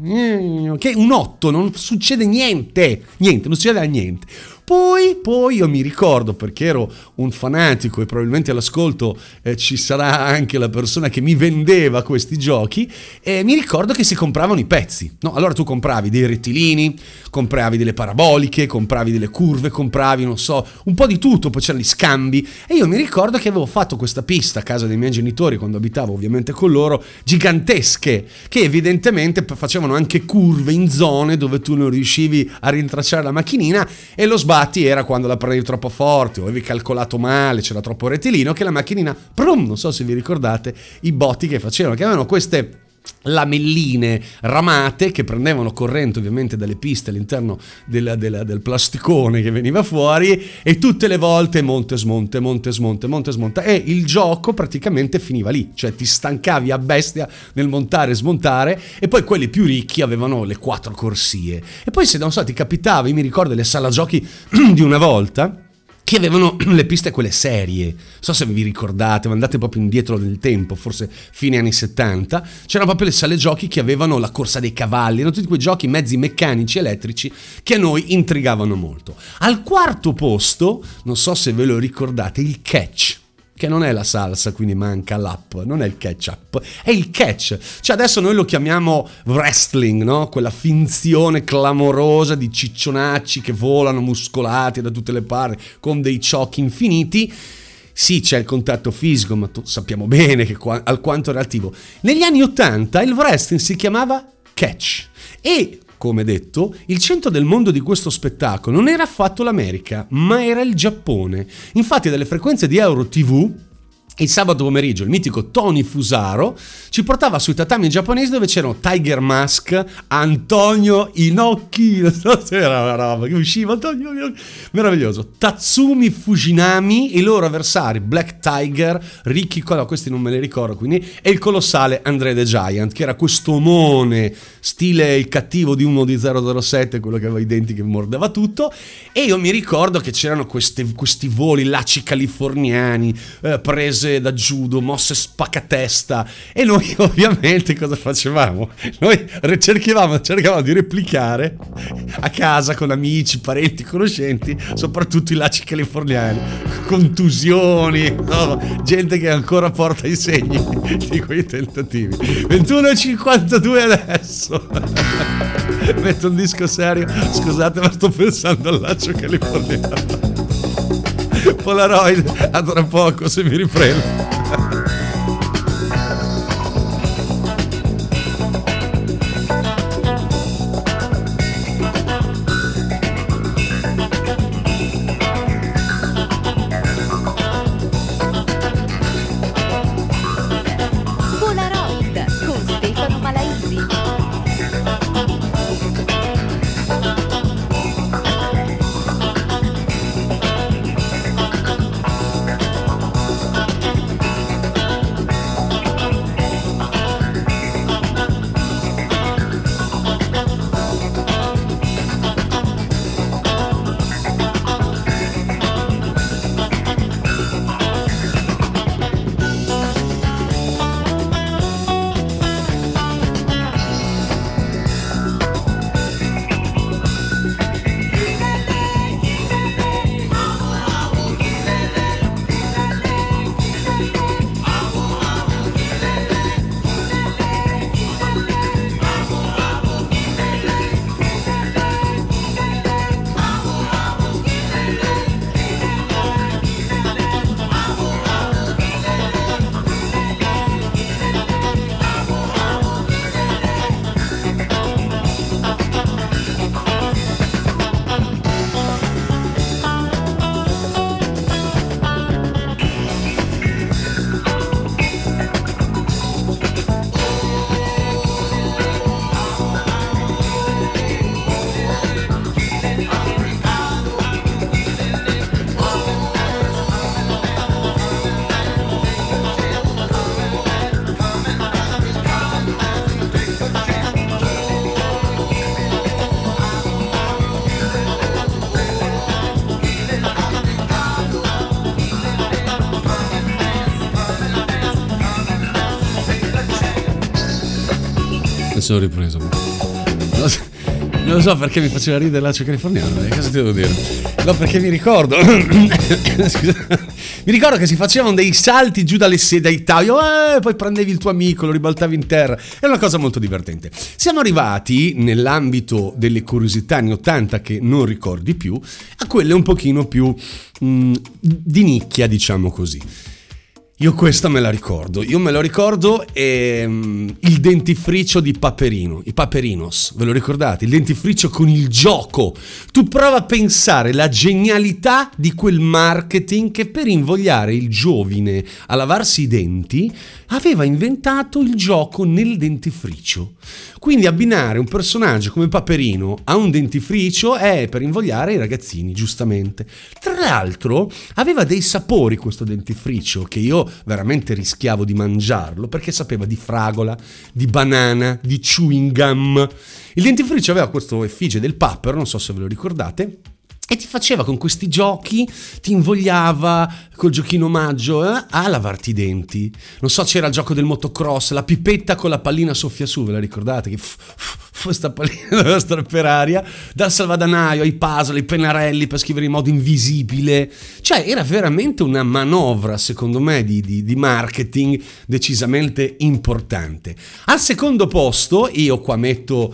che un otto non succede niente, niente, non succede niente. Poi, poi io mi ricordo, perché ero un fanatico e probabilmente all'ascolto eh, ci sarà anche la persona che mi vendeva questi giochi, e mi ricordo che si compravano i pezzi, no? Allora tu compravi dei rettilini, compravi delle paraboliche, compravi delle curve, compravi, non so, un po' di tutto, poi c'erano gli scambi, e io mi ricordo che avevo fatto questa pista a casa dei miei genitori, quando abitavo ovviamente con loro, gigantesche, che evidentemente facevano anche curve in zone dove tu non riuscivi a rintracciare la macchinina, e lo sbaglio era quando la prendevi troppo forte o avevi calcolato male, c'era troppo rettilino, che la macchinina, prum, non so se vi ricordate i botti che facevano, che avevano queste lamelline ramate che prendevano corrente ovviamente dalle piste all'interno del, del, del plasticone che veniva fuori, e tutte le volte monte smonte monte smonte monte smonte, e il gioco praticamente finiva lì, cioè ti stancavi a bestia nel montare e smontare. E poi quelli più ricchi avevano le quattro corsie, e poi se non so ti capitava, io mi ricordo le sala giochi di una volta che avevano le piste quelle serie, non so se vi ricordate, ma andate proprio indietro nel tempo, forse fine anni settanta, c'erano proprio le sale giochi che avevano la corsa dei cavalli, erano tutti quei giochi mezzi meccanici elettrici che a noi intrigavano molto. Al quarto posto, non so se ve lo ricordate, il catch, che non è la salsa, quindi manca l'app, non è il ketchup, è il catch. Cioè adesso noi lo chiamiamo wrestling, no? Quella finzione clamorosa di ciccionacci che volano muscolati da tutte le parti con dei ciocchi infiniti. Sì, c'è il contatto fisico, ma tu, sappiamo bene che qua, alquanto relativo. Negli anni ottanta il wrestling si chiamava catch, e come detto, il centro del mondo di questo spettacolo non era affatto l'America, ma era il Giappone. Infatti dalle frequenze di Euro tivù, il sabato pomeriggio il mitico Tony Fusaro ci portava sui tatami giapponesi dove c'erano Tiger Mask, Antonio Inoki, non so se era una roba che usciva, Antonio Inoki, meraviglioso, Tatsumi Fujinami e i loro avversari Black Tiger, Ricky, no, questi non me li ricordo, quindi, e il colossale Andre the Giant, che era questo omone stile il cattivo di uno di zero zero sette, quello che aveva i denti che mordeva tutto. E io mi ricordo che c'erano queste, questi voli laci californiani eh, prese da judo, mosse spaccatesta, e noi ovviamente cosa facevamo? Noi cercavamo, cercavamo di replicare a casa con amici, parenti, conoscenti, soprattutto i laci californiani, contusioni, no? Gente che ancora porta i segni di quei tentativi. ventuno e cinquantadue adesso. Metto un disco serio, scusate ma sto pensando al laccio californiano. Polaroid, a tra poco se mi riprendo. Polaroid con Stefano Malaisi. sono ripreso. Non so, non lo so perché mi faceva ridere l'Acio Californiano, eh? Cosa ti devo dire? No, perché mi ricordo Scusa. Mi ricordo che si facevano dei salti giù dalle sedie ai tavoli, eh, poi prendevi il tuo amico, lo ribaltavi in terra. È una cosa molto divertente. Siamo arrivati nell'ambito delle curiosità anni ottanta che non ricordi più, a quelle un pochino più mh, di nicchia, diciamo così. Io questa me la ricordo, io me lo ricordo ehm, il dentifricio di Paperino, i Paperinos, ve lo ricordate? Il dentifricio con il gioco. Tu prova a pensare la genialità di quel marketing che per invogliare il giovine a lavarsi i denti aveva inventato il gioco nel dentifricio. Quindi abbinare un personaggio come Paperino a un dentifricio è per invogliare i ragazzini, giustamente. Tra l'altro aveva dei sapori questo dentifricio che io veramente rischiavo di mangiarlo perché sapeva di fragola, di banana, di chewing gum. Il dentifricio aveva questo effigie del Papero, non so se ve lo ricordate, e ti faceva con questi giochi, ti invogliava col giochino omaggio eh, a lavarti i denti. Non so, c'era il gioco del motocross, la pipetta con la pallina soffia su, ve la ricordate? Che questa pallina doveva stare per aria, dal salvadanaio ai puzzle, ai pennarelli per scrivere in modo invisibile. Cioè era veramente una manovra, secondo me, di, di, di marketing decisamente importante. Al secondo posto, io qua metto,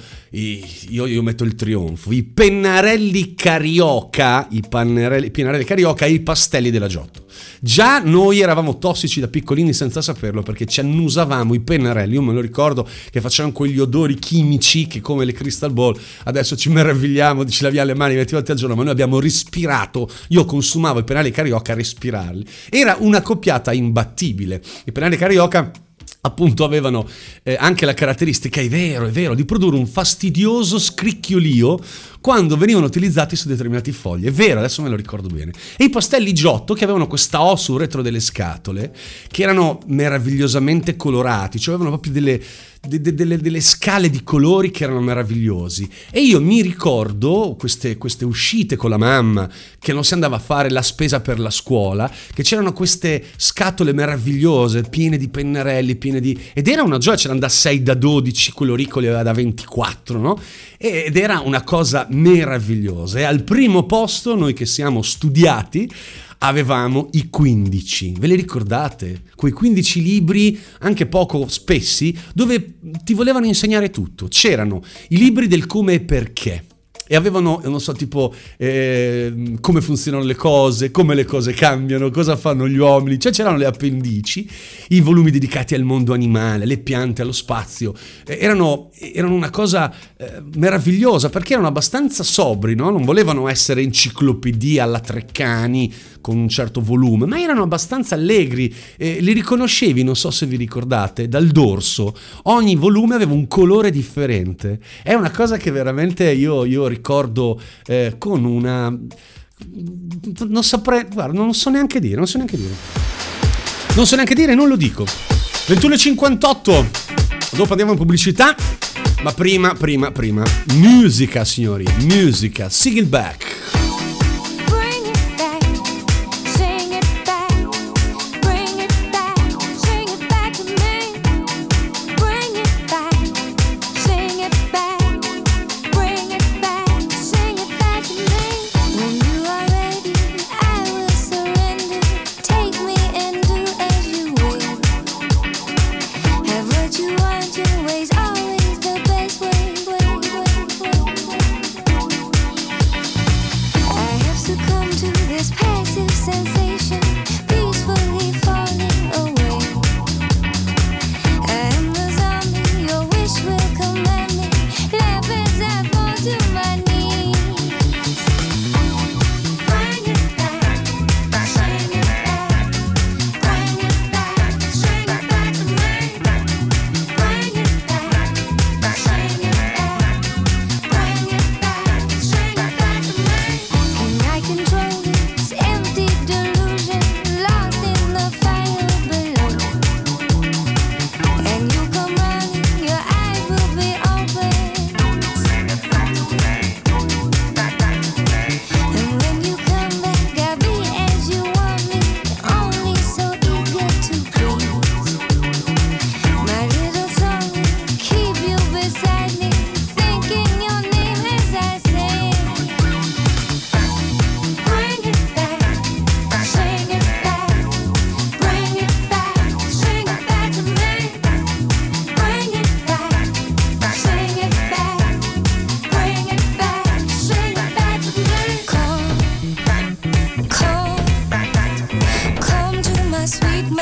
io, io metto il trionfo, i pennarelli Carioca, i pannarelli, i pennarelli Carioca e i pastelli della Giotto. Già noi eravamo tossici da piccolini senza saperlo perché ci annusavamo i pennarelli. Io me lo ricordo che facevano quegli odori chimici che come le Crystal Ball adesso ci meravigliamo, ci laviamo le mani venti volte al giorno, ma noi abbiamo respirato. Io consumavo i pennarelli Carioca a respirarli. Era una coppiata imbattibile. I pennarelli Carioca appunto avevano eh, anche la caratteristica, è vero, è vero, di produrre un fastidioso scricchiolio quando venivano utilizzati su determinati fogli. È vero, adesso me lo ricordo bene. E i pastelli Giotto che avevano questa O sul retro delle scatole, che erano meravigliosamente colorati, cioè avevano proprio delle, de, de, delle, delle scale di colori che erano meravigliosi. E io mi ricordo queste, queste uscite con la mamma, che non si andava a fare la spesa per la scuola, che c'erano queste scatole meravigliose, piene di pennarelli, piene di... ed era una gioia, c'erano da sei, da dodici, quello Riccoli aveva da ventiquattro, no? Ed era una cosa meravigliosa. E al primo posto, noi che siamo studiati, avevamo i quindici. Ve li ricordate? Quei quindici libri, anche poco spessi, dove ti volevano insegnare tutto. C'erano i libri del come e perché. E avevano, non so, tipo eh, come funzionano le cose, come le cose cambiano, cosa fanno gli uomini. Cioè c'erano le appendici, i volumi dedicati al mondo animale, alle piante, allo spazio. Eh, erano, erano una cosa eh, meravigliosa perché erano abbastanza sobri, no? Non volevano essere enciclopedia alla Treccani con un certo volume, ma erano abbastanza allegri. Eh, li riconoscevi, non so se vi ricordate, dal dorso. Ogni volume aveva un colore differente. È una cosa che veramente io, io ricordo eh, con una... non saprei... guarda, non so neanche dire, non so neanche dire. Non so neanche dire, non lo dico. ventuno e cinquantotto, dopo andiamo in pubblicità, ma prima, prima, prima, musica, signori, musica, sing it back.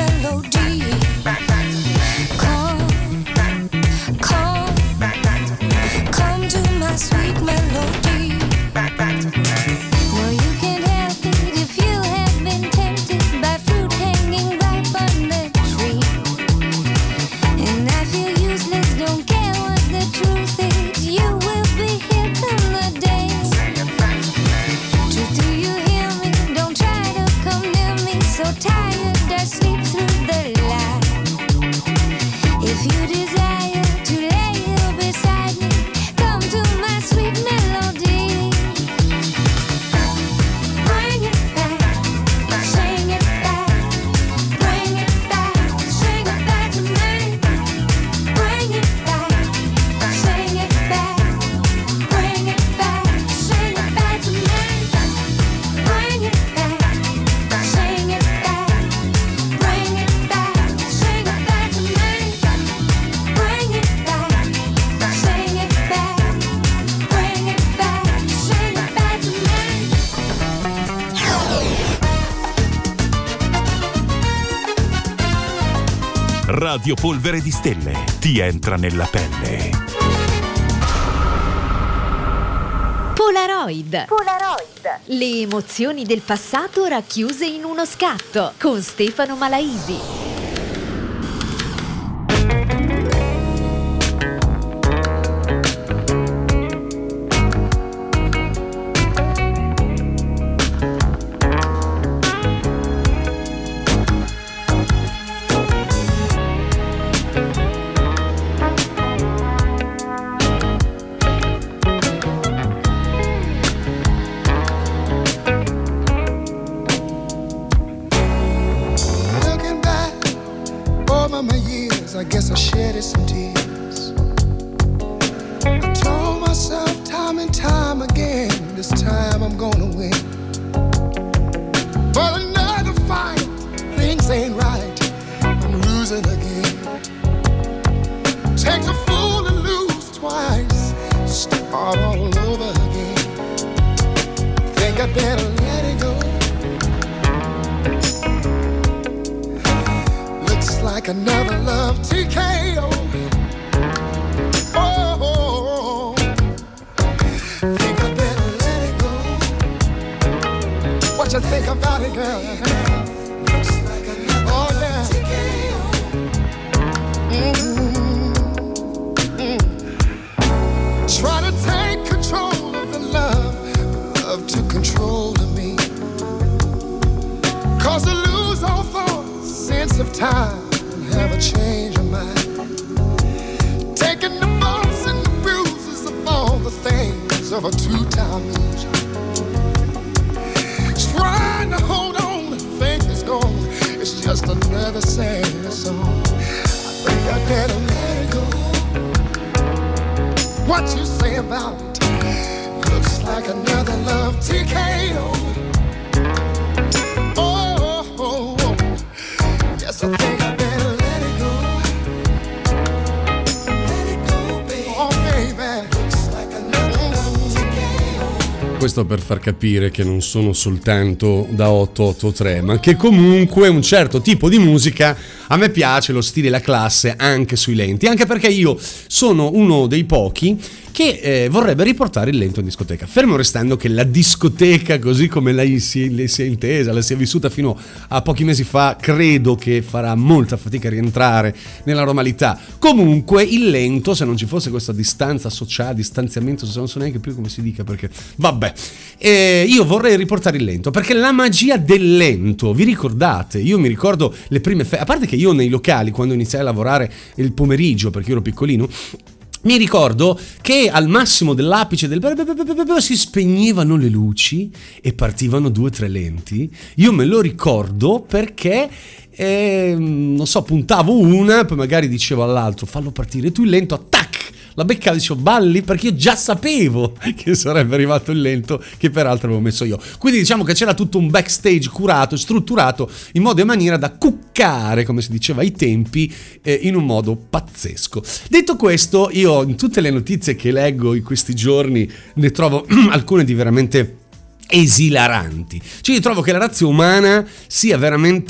melody. Come, come, come to my sweet melody. No, you can't help it if you have been tempted by fruit hanging ripe on the tree. And I feel useless, don't care what the truth is. You will be here come the day. Truth, do you hear me? Don't try to come near me. So tired, I sleep through the light. If you desire to lay here beside me, come to my sweet melody. Bring it back, sing it back. Bring it back, sing it back to me. Bring it back, sing it back. Bring it back, sing it back to me. Bring it back, sing it back. Bring it back, sing it back to me. Bring it back, sing it back. Bring it back, sing it back to me. Radio Polvere di Stelle ti entra nella pelle. Polaroid. Polaroid. Le emozioni del passato racchiuse in uno scatto con Stefano Malaisi. Looking back over my years, I guess I shedded some tears. I told myself time and time again, this time I'm gonna win. But another fight, things ain't right, I'm losing again. Takes a fool to lose twice, start all over again. Think I better let it go. Looks like another love T K O. Oh, think I better let it go. What you think about it, girl? Looks like another oh, yeah. love T K O. Mm-hmm. Mm. Try to take control of the love, love took control of me. Cause I lose all thought, sense of time, and have a change of mind. Taking the bumps and the bruises of all the things of a two-time loser. Trying to hold on and think it's gone, it's just another sad song. I think I better let it go. What you say about it? Looks like another love T K O. Oh, oh, oh. Yes, I think I better let it go. Let it go, baby. Oh, baby. Looks like another love T K O. Questo per far capire che non sono soltanto da otto otto tre, ma che comunque un certo tipo di musica a me piace, lo stile e la classe anche sui lenti, anche perché io sono uno dei pochi che eh, vorrebbe riportare il lento in discoteca, fermo restando che la discoteca così come la si, le si è intesa, la si è vissuta fino a pochi mesi fa, credo che farà molta fatica a rientrare nella normalità. Comunque il lento, se non ci fosse questa distanza sociale, distanziamento, non so neanche più come si dica, perché vabbè, eh, io vorrei riportare il lento, perché la magia del lento, vi ricordate? Io mi ricordo le prime fe- a parte che io nei locali, quando iniziai a lavorare il pomeriggio, perché io ero piccolino, mi ricordo che al massimo dell'apice del si spegnevano le luci e partivano due o tre lenti. Io me lo ricordo perché eh, non so, puntavo una, poi magari dicevo all'altro fallo partire tu il lento, attac, la beccava, dicevo balli, perché io già sapevo che sarebbe arrivato il lento, che peraltro avevo messo io. Quindi diciamo che c'era tutto un backstage curato, strutturato in modo e maniera da cuccare, come si diceva ai tempi, eh, in un modo pazzesco. Detto questo, io in tutte le notizie che leggo in questi giorni ne trovo alcune di veramente esilaranti. Cioè io trovo che la razza umana sia veramente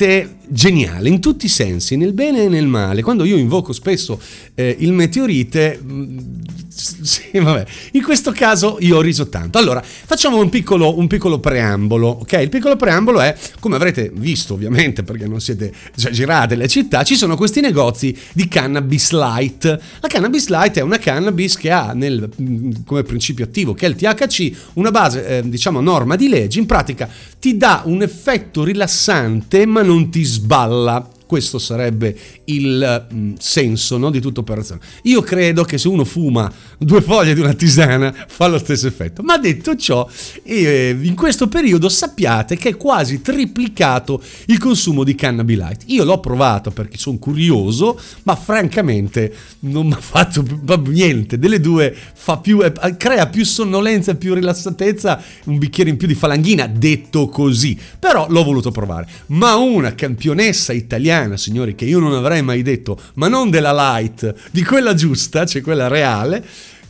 geniale in tutti i sensi, nel bene e nel male. Quando io invoco spesso eh, il meteorite, mh, sì, vabbè, in questo caso io ho riso tanto. Allora, facciamo un piccolo, un piccolo preambolo, ok? Il piccolo preambolo è, come avrete visto ovviamente, perché non siete già girate le città, ci sono questi negozi di cannabis light. La cannabis light è una cannabis che ha nel, come principio attivo, che è il T H C, una base, eh, diciamo, norma di legge. In pratica ti dà un effetto rilassante ma non ti sballa. Questo sarebbe il mh, senso, no, di tutta operazione. Io credo che se uno fuma due foglie di una tisana fa lo stesso effetto. Ma detto ciò, eh, in questo periodo sappiate che è quasi triplicato il consumo di Cannabis Light. Io l'ho provato perché sono curioso, ma francamente non mi ha fatto niente. Delle due fa più, eh, crea più sonnolenza e più rilassatezza, un bicchiere in più di falanghina, detto così. Però l'ho voluto provare. Ma una campionessa italiana, signori, che io non avrei mai detto, ma non della light, di quella giusta, cioè quella reale,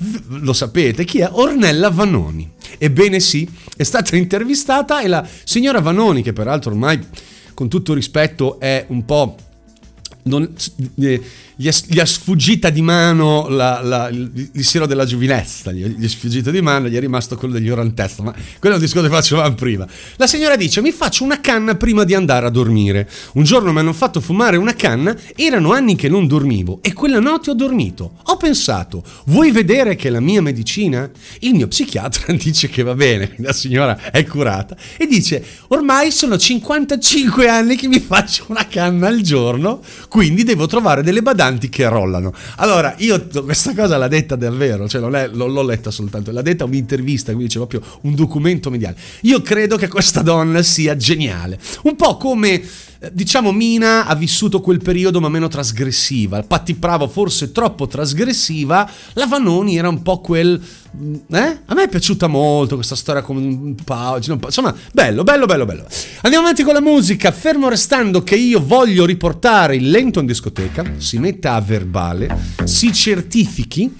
lo sapete chi è? Ornella Vanoni. Ebbene sì, è stata intervistata e la signora Vanoni, che peraltro ormai, con tutto rispetto, è un po'... Non, eh, gli, è, gli è sfuggita di mano la, la, il, il siero della giovinezza, gli, gli è sfuggito di mano, gli è rimasto quello degli orantezza, ma quello è un discorso che facevamo prima. La signora dice: mi faccio una canna prima di andare a dormire. Un giorno mi hanno fatto fumare una canna, erano anni che non dormivo e quella notte ho dormito. Ho pensato: vuoi vedere che è la mia medicina? Il mio psichiatra dice che va bene, la signora è curata e dice: ormai sono cinquantacinque anni che mi faccio una canna al giorno, quindi devo trovare delle badanti che rollano. Allora, io questa cosa l'ha detta davvero, cioè non è, l'ho, l'ho letta soltanto, l'ha detta un'intervista, quindi c'è proprio un documento mediale. Io credo che questa donna sia geniale, un po' come, diciamo, Mina ha vissuto quel periodo ma meno trasgressiva, Patti Bravo forse troppo trasgressiva, la Vanoni era un po' quel... Eh? A me è piaciuta molto questa storia con un Paolo, insomma, bello, bello, bello, bello. Andiamo avanti con la musica, fermo restando che io voglio riportare il lento in discoteca, si metta a verbale, si certifichi.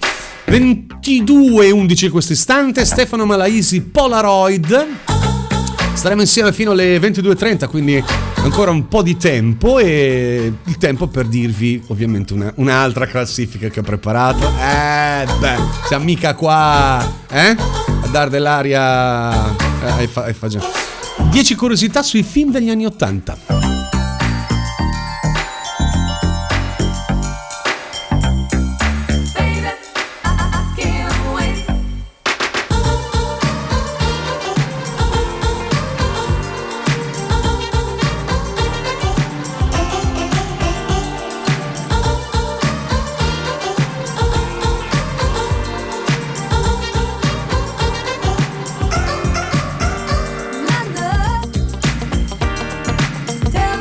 ventidue undici questo istante, Stefano Malaisi, Polaroid. Staremo insieme fino alle ventidue e trenta, quindi ancora un po' di tempo e il tempo per dirvi ovviamente una, un'altra classifica che ho preparato. Eh beh, siamo mica qua eh? a dare dell'aria eh, fa, fa già. dieci curiosità sui film degli anni ottanta. Tell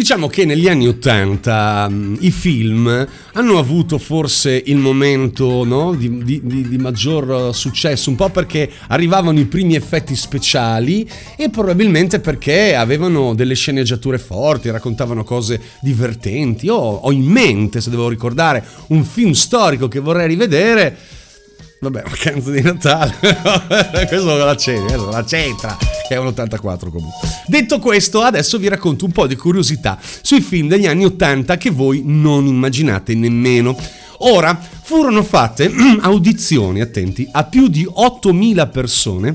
Diciamo che negli anni ottanta mh, i film hanno avuto forse il momento, no, di, di, di, di maggior successo, un po' perché arrivavano i primi effetti speciali e probabilmente perché avevano delle sceneggiature forti, raccontavano cose divertenti. Io ho in mente, se devo ricordare un film storico che vorrei rivedere, vabbè, Vacanze di Natale, questo la c'entra, la c'entra, che è un ottantaquattro comunque. Detto questo, adesso vi racconto un po' di curiosità sui film degli anni ottanta che voi non immaginate nemmeno. Ora, furono fatte audizioni, attenti, a più di ottomila persone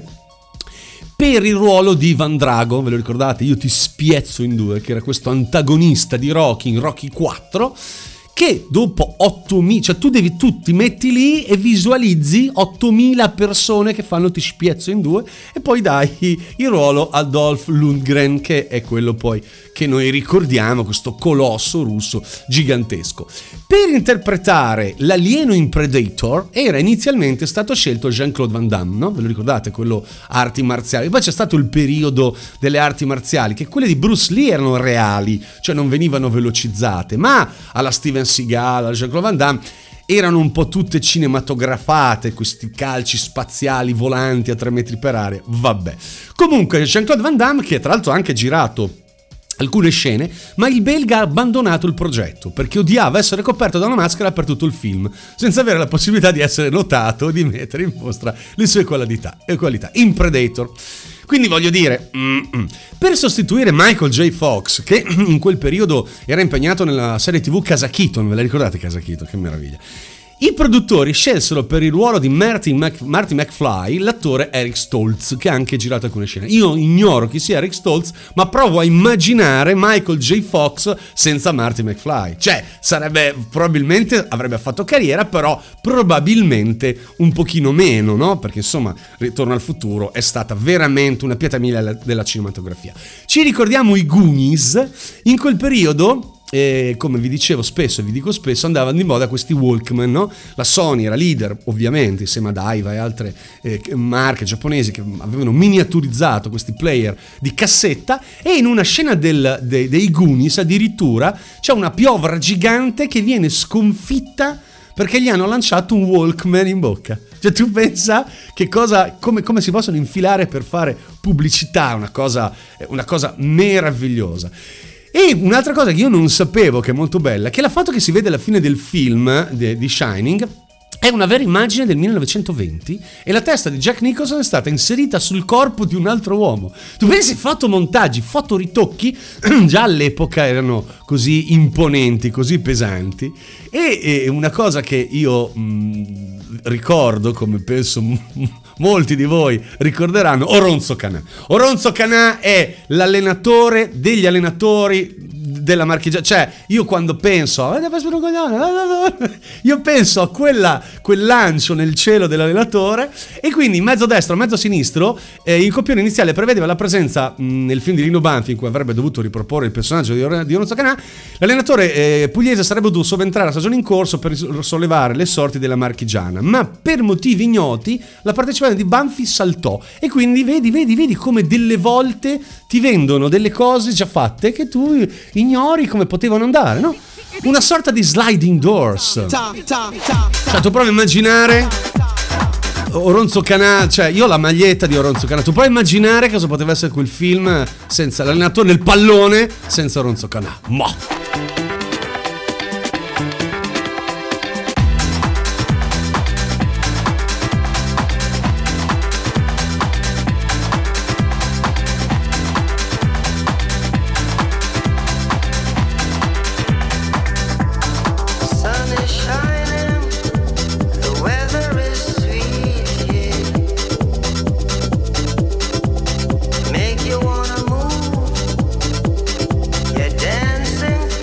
per il ruolo di Ivan Drago. Ve lo ricordate? Io ti spiezzo in due, che era questo antagonista di Rocky in Rocky quattro, che dopo ottomila, cioè tu devi, tu ti metti lì e visualizzi ottomila persone che fanno ti spiezzo in due e poi dai il ruolo a Dolph Lundgren, che è quello poi che noi ricordiamo, questo colosso russo gigantesco. Per interpretare l'alieno in Predator era inizialmente stato scelto Jean-Claude Van Damme, no? Ve lo ricordate? Quello arti marziali. Poi c'è stato il periodo delle arti marziali, che quelle di Bruce Lee erano reali, cioè non venivano velocizzate, ma alla Steven Seagal, alla Jean-Claude Van Damme erano un po' tutte cinematografate, questi calci spaziali volanti a tre metri per aria. Vabbè. Comunque Jean-Claude Van Damme, che tra l'altro ha anche girato alcune scene, ma il belga ha abbandonato il progetto perché odiava essere coperto da una maschera per tutto il film, senza avere la possibilità di essere notato, di mettere in mostra le sue qualità, e qualità in Predator. Quindi voglio dire, mm-mm. per sostituire Michael J. Fox, che in quel periodo era impegnato nella serie tivù Casa Keaton, ve la ricordate Casa Keaton? Che meraviglia! I produttori scelsero per il ruolo di Marty, Mc, Marty McFly l'attore Eric Stoltz, che ha anche girato alcune scene. Io ignoro chi sia Eric Stoltz, ma provo a immaginare Michael J. Fox senza Marty McFly. Cioè, sarebbe, probabilmente avrebbe fatto carriera, però probabilmente un pochino meno, no? Perché insomma, Ritorno al futuro è stata veramente una pietra miliare della cinematografia. Ci ricordiamo i Goonies, in quel periodo. E come vi dicevo spesso e vi dico spesso, andavano di moda questi Walkman, no? La Sony era leader ovviamente insieme ad Aiva e altre eh, marche giapponesi che avevano miniaturizzato questi player di cassetta, e in una scena del, de, dei Goonies addirittura c'è una piovra gigante che viene sconfitta perché gli hanno lanciato un Walkman in bocca. Cioè tu pensa che cosa, come, come si possono infilare per fare pubblicità, una cosa, una cosa meravigliosa. E un'altra cosa che io non sapevo, che è molto bella, che la foto che si vede alla fine del film de, di Shining è una vera immagine del millenovecentoventi e la testa di Jack Nicholson è stata inserita sul corpo di un altro uomo. Tu pensi, fotomontaggi, fotoritocchi già all'epoca erano così imponenti, così pesanti. E, e una cosa che io mh, ricordo, come penso m- molti di voi ricorderanno, Oronzo Canà. Oronzo Canà è l'allenatore degli allenatori della marchigiana. Cioè io quando penso io penso a quella, quel lancio nel cielo dell'allenatore, e quindi mezzo destro mezzo sinistro. Eh, il copione iniziale prevedeva la presenza mh, nel film di Lino Banfi, in cui avrebbe dovuto riproporre il personaggio di, Or- di Oronzo Canà. L'allenatore eh, pugliese sarebbe dovuto subentrare alla stagione in corso per sollevare le sorti della marchigiana, ma per motivi ignoti la partecipazione di Banfi saltò, e quindi vedi vedi vedi come delle volte ti vendono delle cose già fatte che tu ignori come potevano andare, no? Una sorta di sliding doors. Cioè tu provi a immaginare Oronzo Canà, cioè io ho la maglietta di Oronzo Canà, tu puoi immaginare cosa poteva essere quel film senza l'allenatore del pallone, senza Oronzo Canà. Mo. Make you wanna move, you're dancing.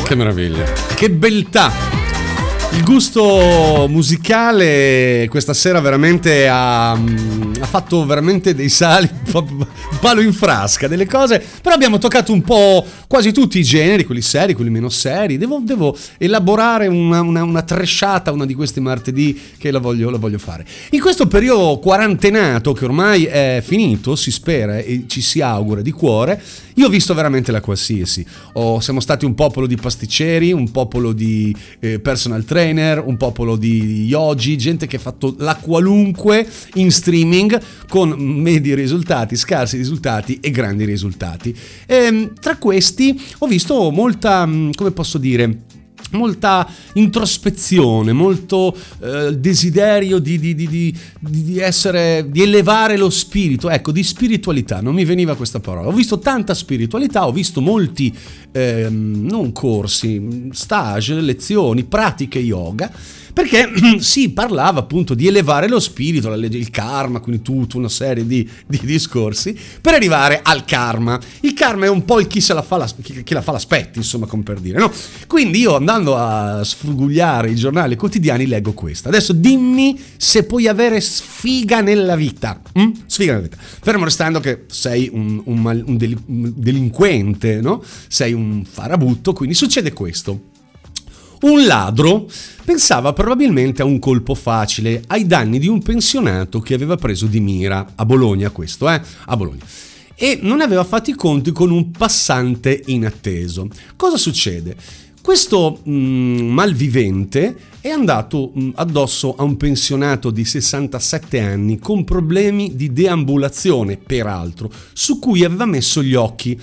che meraviglia, che beltà. Il gusto musicale questa sera veramente ha, ha fatto veramente dei sali, un palo in frasca, delle cose, però abbiamo toccato un po' quasi tutti i generi, quelli seri, quelli meno seri. Devo, devo elaborare una, una, una tresciata, una di questi martedì che la voglio, la voglio fare. In questo periodo quarantenato che ormai è finito, si spera e ci si augura di cuore, io ho visto veramente la qualsiasi. Oh, siamo stati un popolo di pasticceri, un popolo di eh, personal trainer, un popolo di yogi, gente che ha fatto la qualunque in streaming con medi risultati, scarsi risultati e grandi risultati. E, tra questi ho visto molta, come posso dire, molta introspezione, molto eh, desiderio di, di, di, di, di essere, di elevare lo spirito, ecco, di spiritualità, non mi veniva questa parola. Ho visto tanta spiritualità, ho visto molti eh, non corsi, stage, lezioni, pratiche yoga, perché si parlava appunto di elevare lo spirito, la legge, il karma, quindi tutta una serie di, di discorsi per arrivare al karma. Il karma è un po' il chi se la fa, la, chi, chi la fa l'aspetti, insomma, come per dire, no? Quindi io, andando a sfrugugliare i giornali quotidiani, leggo questa. Adesso dimmi se puoi avere sfiga nella vita. Mm? Sfiga nella vita. Fermo restando che sei un, un, mal, un, del, un delinquente, no? Sei un farabutto, quindi succede questo. Un ladro pensava probabilmente a un colpo facile ai danni di un pensionato che aveva preso di mira a Bologna, questo, eh? A Bologna. E non aveva fatto i conti con un passante inatteso. Cosa succede? Questo mh, malvivente è andato mh, addosso a un pensionato di sessantasette anni con problemi di deambulazione, peraltro, su cui aveva messo gli occhi.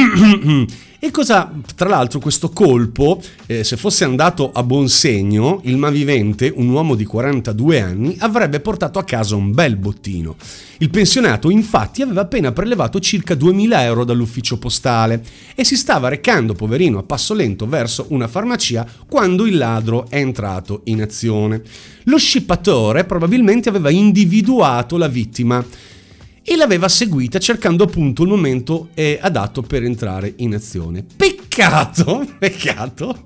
E cosa, tra l'altro, questo colpo, eh, se fosse andato a buon segno, il malvivente, un uomo di quarantadue anni, avrebbe portato a casa un bel bottino. Il pensionato, infatti, aveva appena prelevato circa duemila euro dall'ufficio postale e si stava recando, poverino, a passo lento verso una farmacia quando il ladro è entrato in azione. Lo scippatore probabilmente aveva individuato la vittima e l'aveva seguita cercando appunto il momento eh, adatto per entrare in azione. Peccato, peccato,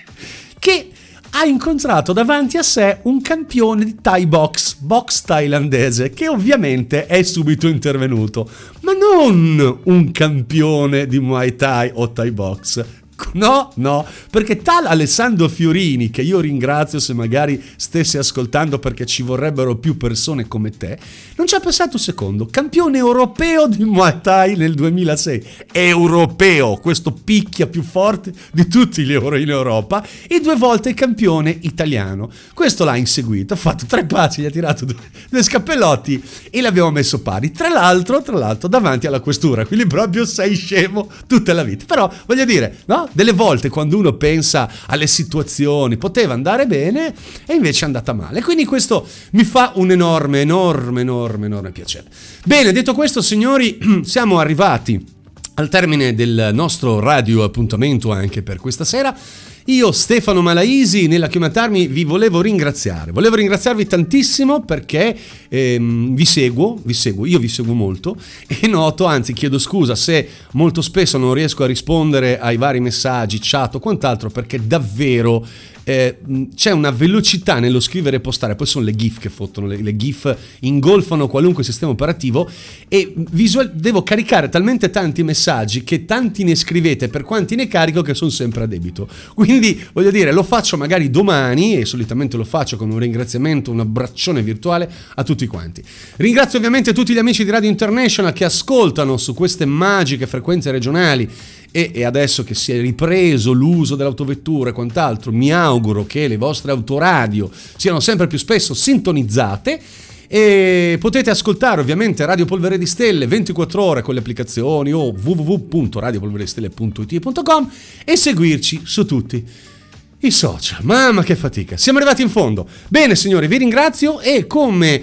che ha incontrato davanti a sé un campione di Thai box, box thailandese, che ovviamente è subito intervenuto, ma non un campione di Muay Thai o Thai box. No, no, perché tal Alessandro Fiorini, che io ringrazio se magari stessi ascoltando perché ci vorrebbero più persone come te, non ci ha pensato un secondo. Campione europeo di Muay Thai nel duemilasei, europeo, questo picchia più forte di tutti gli euro in Europa, e due volte campione italiano. Questo l'ha inseguito, ha fatto tre passi, gli ha tirato due, due scappellotti e l'abbiamo messo pari, tra l'altro, tra l'altro davanti alla questura, quindi proprio sei scemo tutta la vita. Però voglio dire, no? Delle volte quando uno pensa alle situazioni poteva andare bene e invece è andata male, quindi questo mi fa un enorme enorme enorme enorme piacere. Bene, detto questo, signori, siamo arrivati al termine del nostro radio appuntamento anche per questa sera. Io, Stefano Malaisi, nella chiamatarmi vi volevo ringraziare, volevo ringraziarvi tantissimo perché ehm, vi seguo, vi seguo, io vi seguo molto e noto, anzi chiedo scusa se molto spesso non riesco a rispondere ai vari messaggi, chat o quant'altro, perché davvero eh, c'è una velocità nello scrivere e postare, poi sono le GIF che fottono, le, le GIF ingolfano qualunque sistema operativo e visual, devo caricare talmente tanti messaggi che tanti ne scrivete per quanti ne carico che sono sempre a debito. Quindi voglio dire, lo faccio magari domani e solitamente lo faccio con un ringraziamento, un abbraccione virtuale a tutti quanti. Ringrazio ovviamente tutti gli amici di Radio International che ascoltano su queste magiche frequenze regionali e, e adesso che si è ripreso l'uso dell'autovettura e quant'altro, mi auguro che le vostre autoradio siano sempre più spesso sintonizzate. E potete ascoltare ovviamente Radio Polvere di Stelle ventiquattro ore con le applicazioni o w w w punto radio polvere di stelle punto i t punto com e seguirci su tutti i social. Mamma che fatica, siamo arrivati in fondo. Bene signori, vi ringrazio e come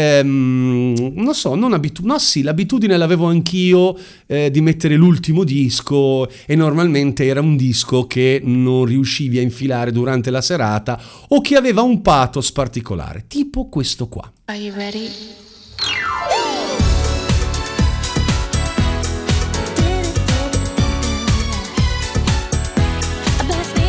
ehm, non so, non abitu- no sì, l'abitudine l'avevo anch'io eh, di mettere l'ultimo disco, e normalmente era un disco che non riuscivi a infilare durante la serata o che aveva un pathos particolare, tipo questo qua. Are you ready? Best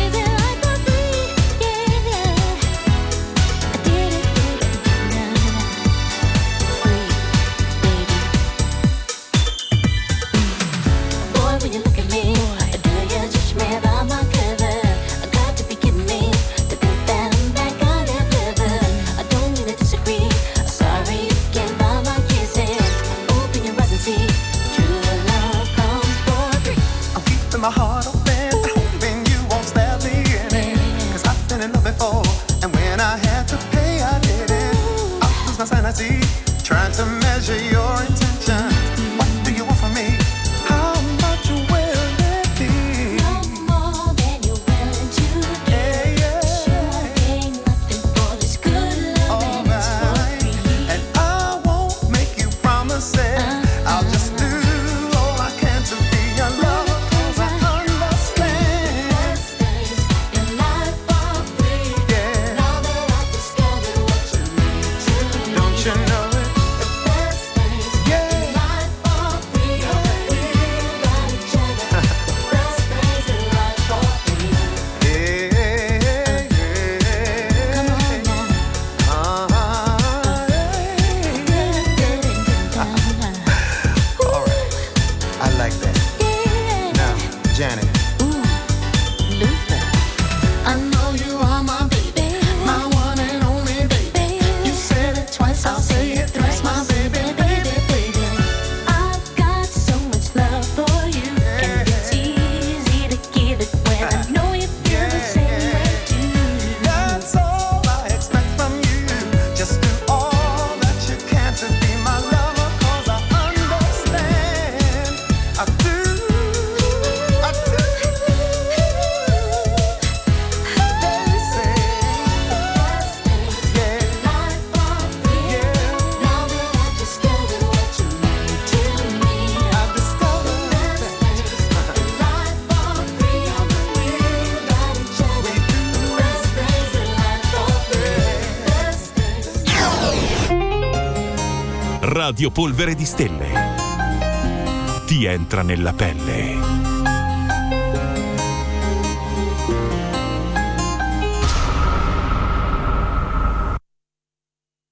when you look at me. Do you judge me by my cover? I got to be kidding me to think that I'm that kind of lover. I don't really disagree. Sorry, you can't buy my kisses. Open your eyes and see. True love comes for free. I'm keeping my heart open, hoping you won't stab me in it. Cause I've been in love before, and when I had to pay, I did it. I lose my sanity, trying to measure your intention. What do you want from me? How much will it be? No more than you're willing to do. Yeah, yeah. Sure ain't nothing for this good love, and it's for Alright. free. And I won't make you promises. I'll just do all I can to be your lover. Cause I understand. Best days in life are free. Yeah. Now that I've discovered what you mean to me. Don't you know it? Best days Yeah. in life are free. We got each other. Best days in life are free. Yeah, yeah. Come on now. Uh-huh. All right. I like that. Now, Janet. Luther, I know you are my baby, my one and only baby. You said it twice, I'll say it thrice, my baby, baby, baby. I've got so much love for you, and it's easy to give it when I know you feel the same way too. That's all I expect from you. Just do all that you can to be my lover. Cause I understand. I do. I do. They say, yeah, Life are free. Now that I've discovered what you mean to me. I've discovered Best days in life are free. We got each other. Best days in life are free. Best days. Radio Polvere di Stelle. Ti entra nella pelle.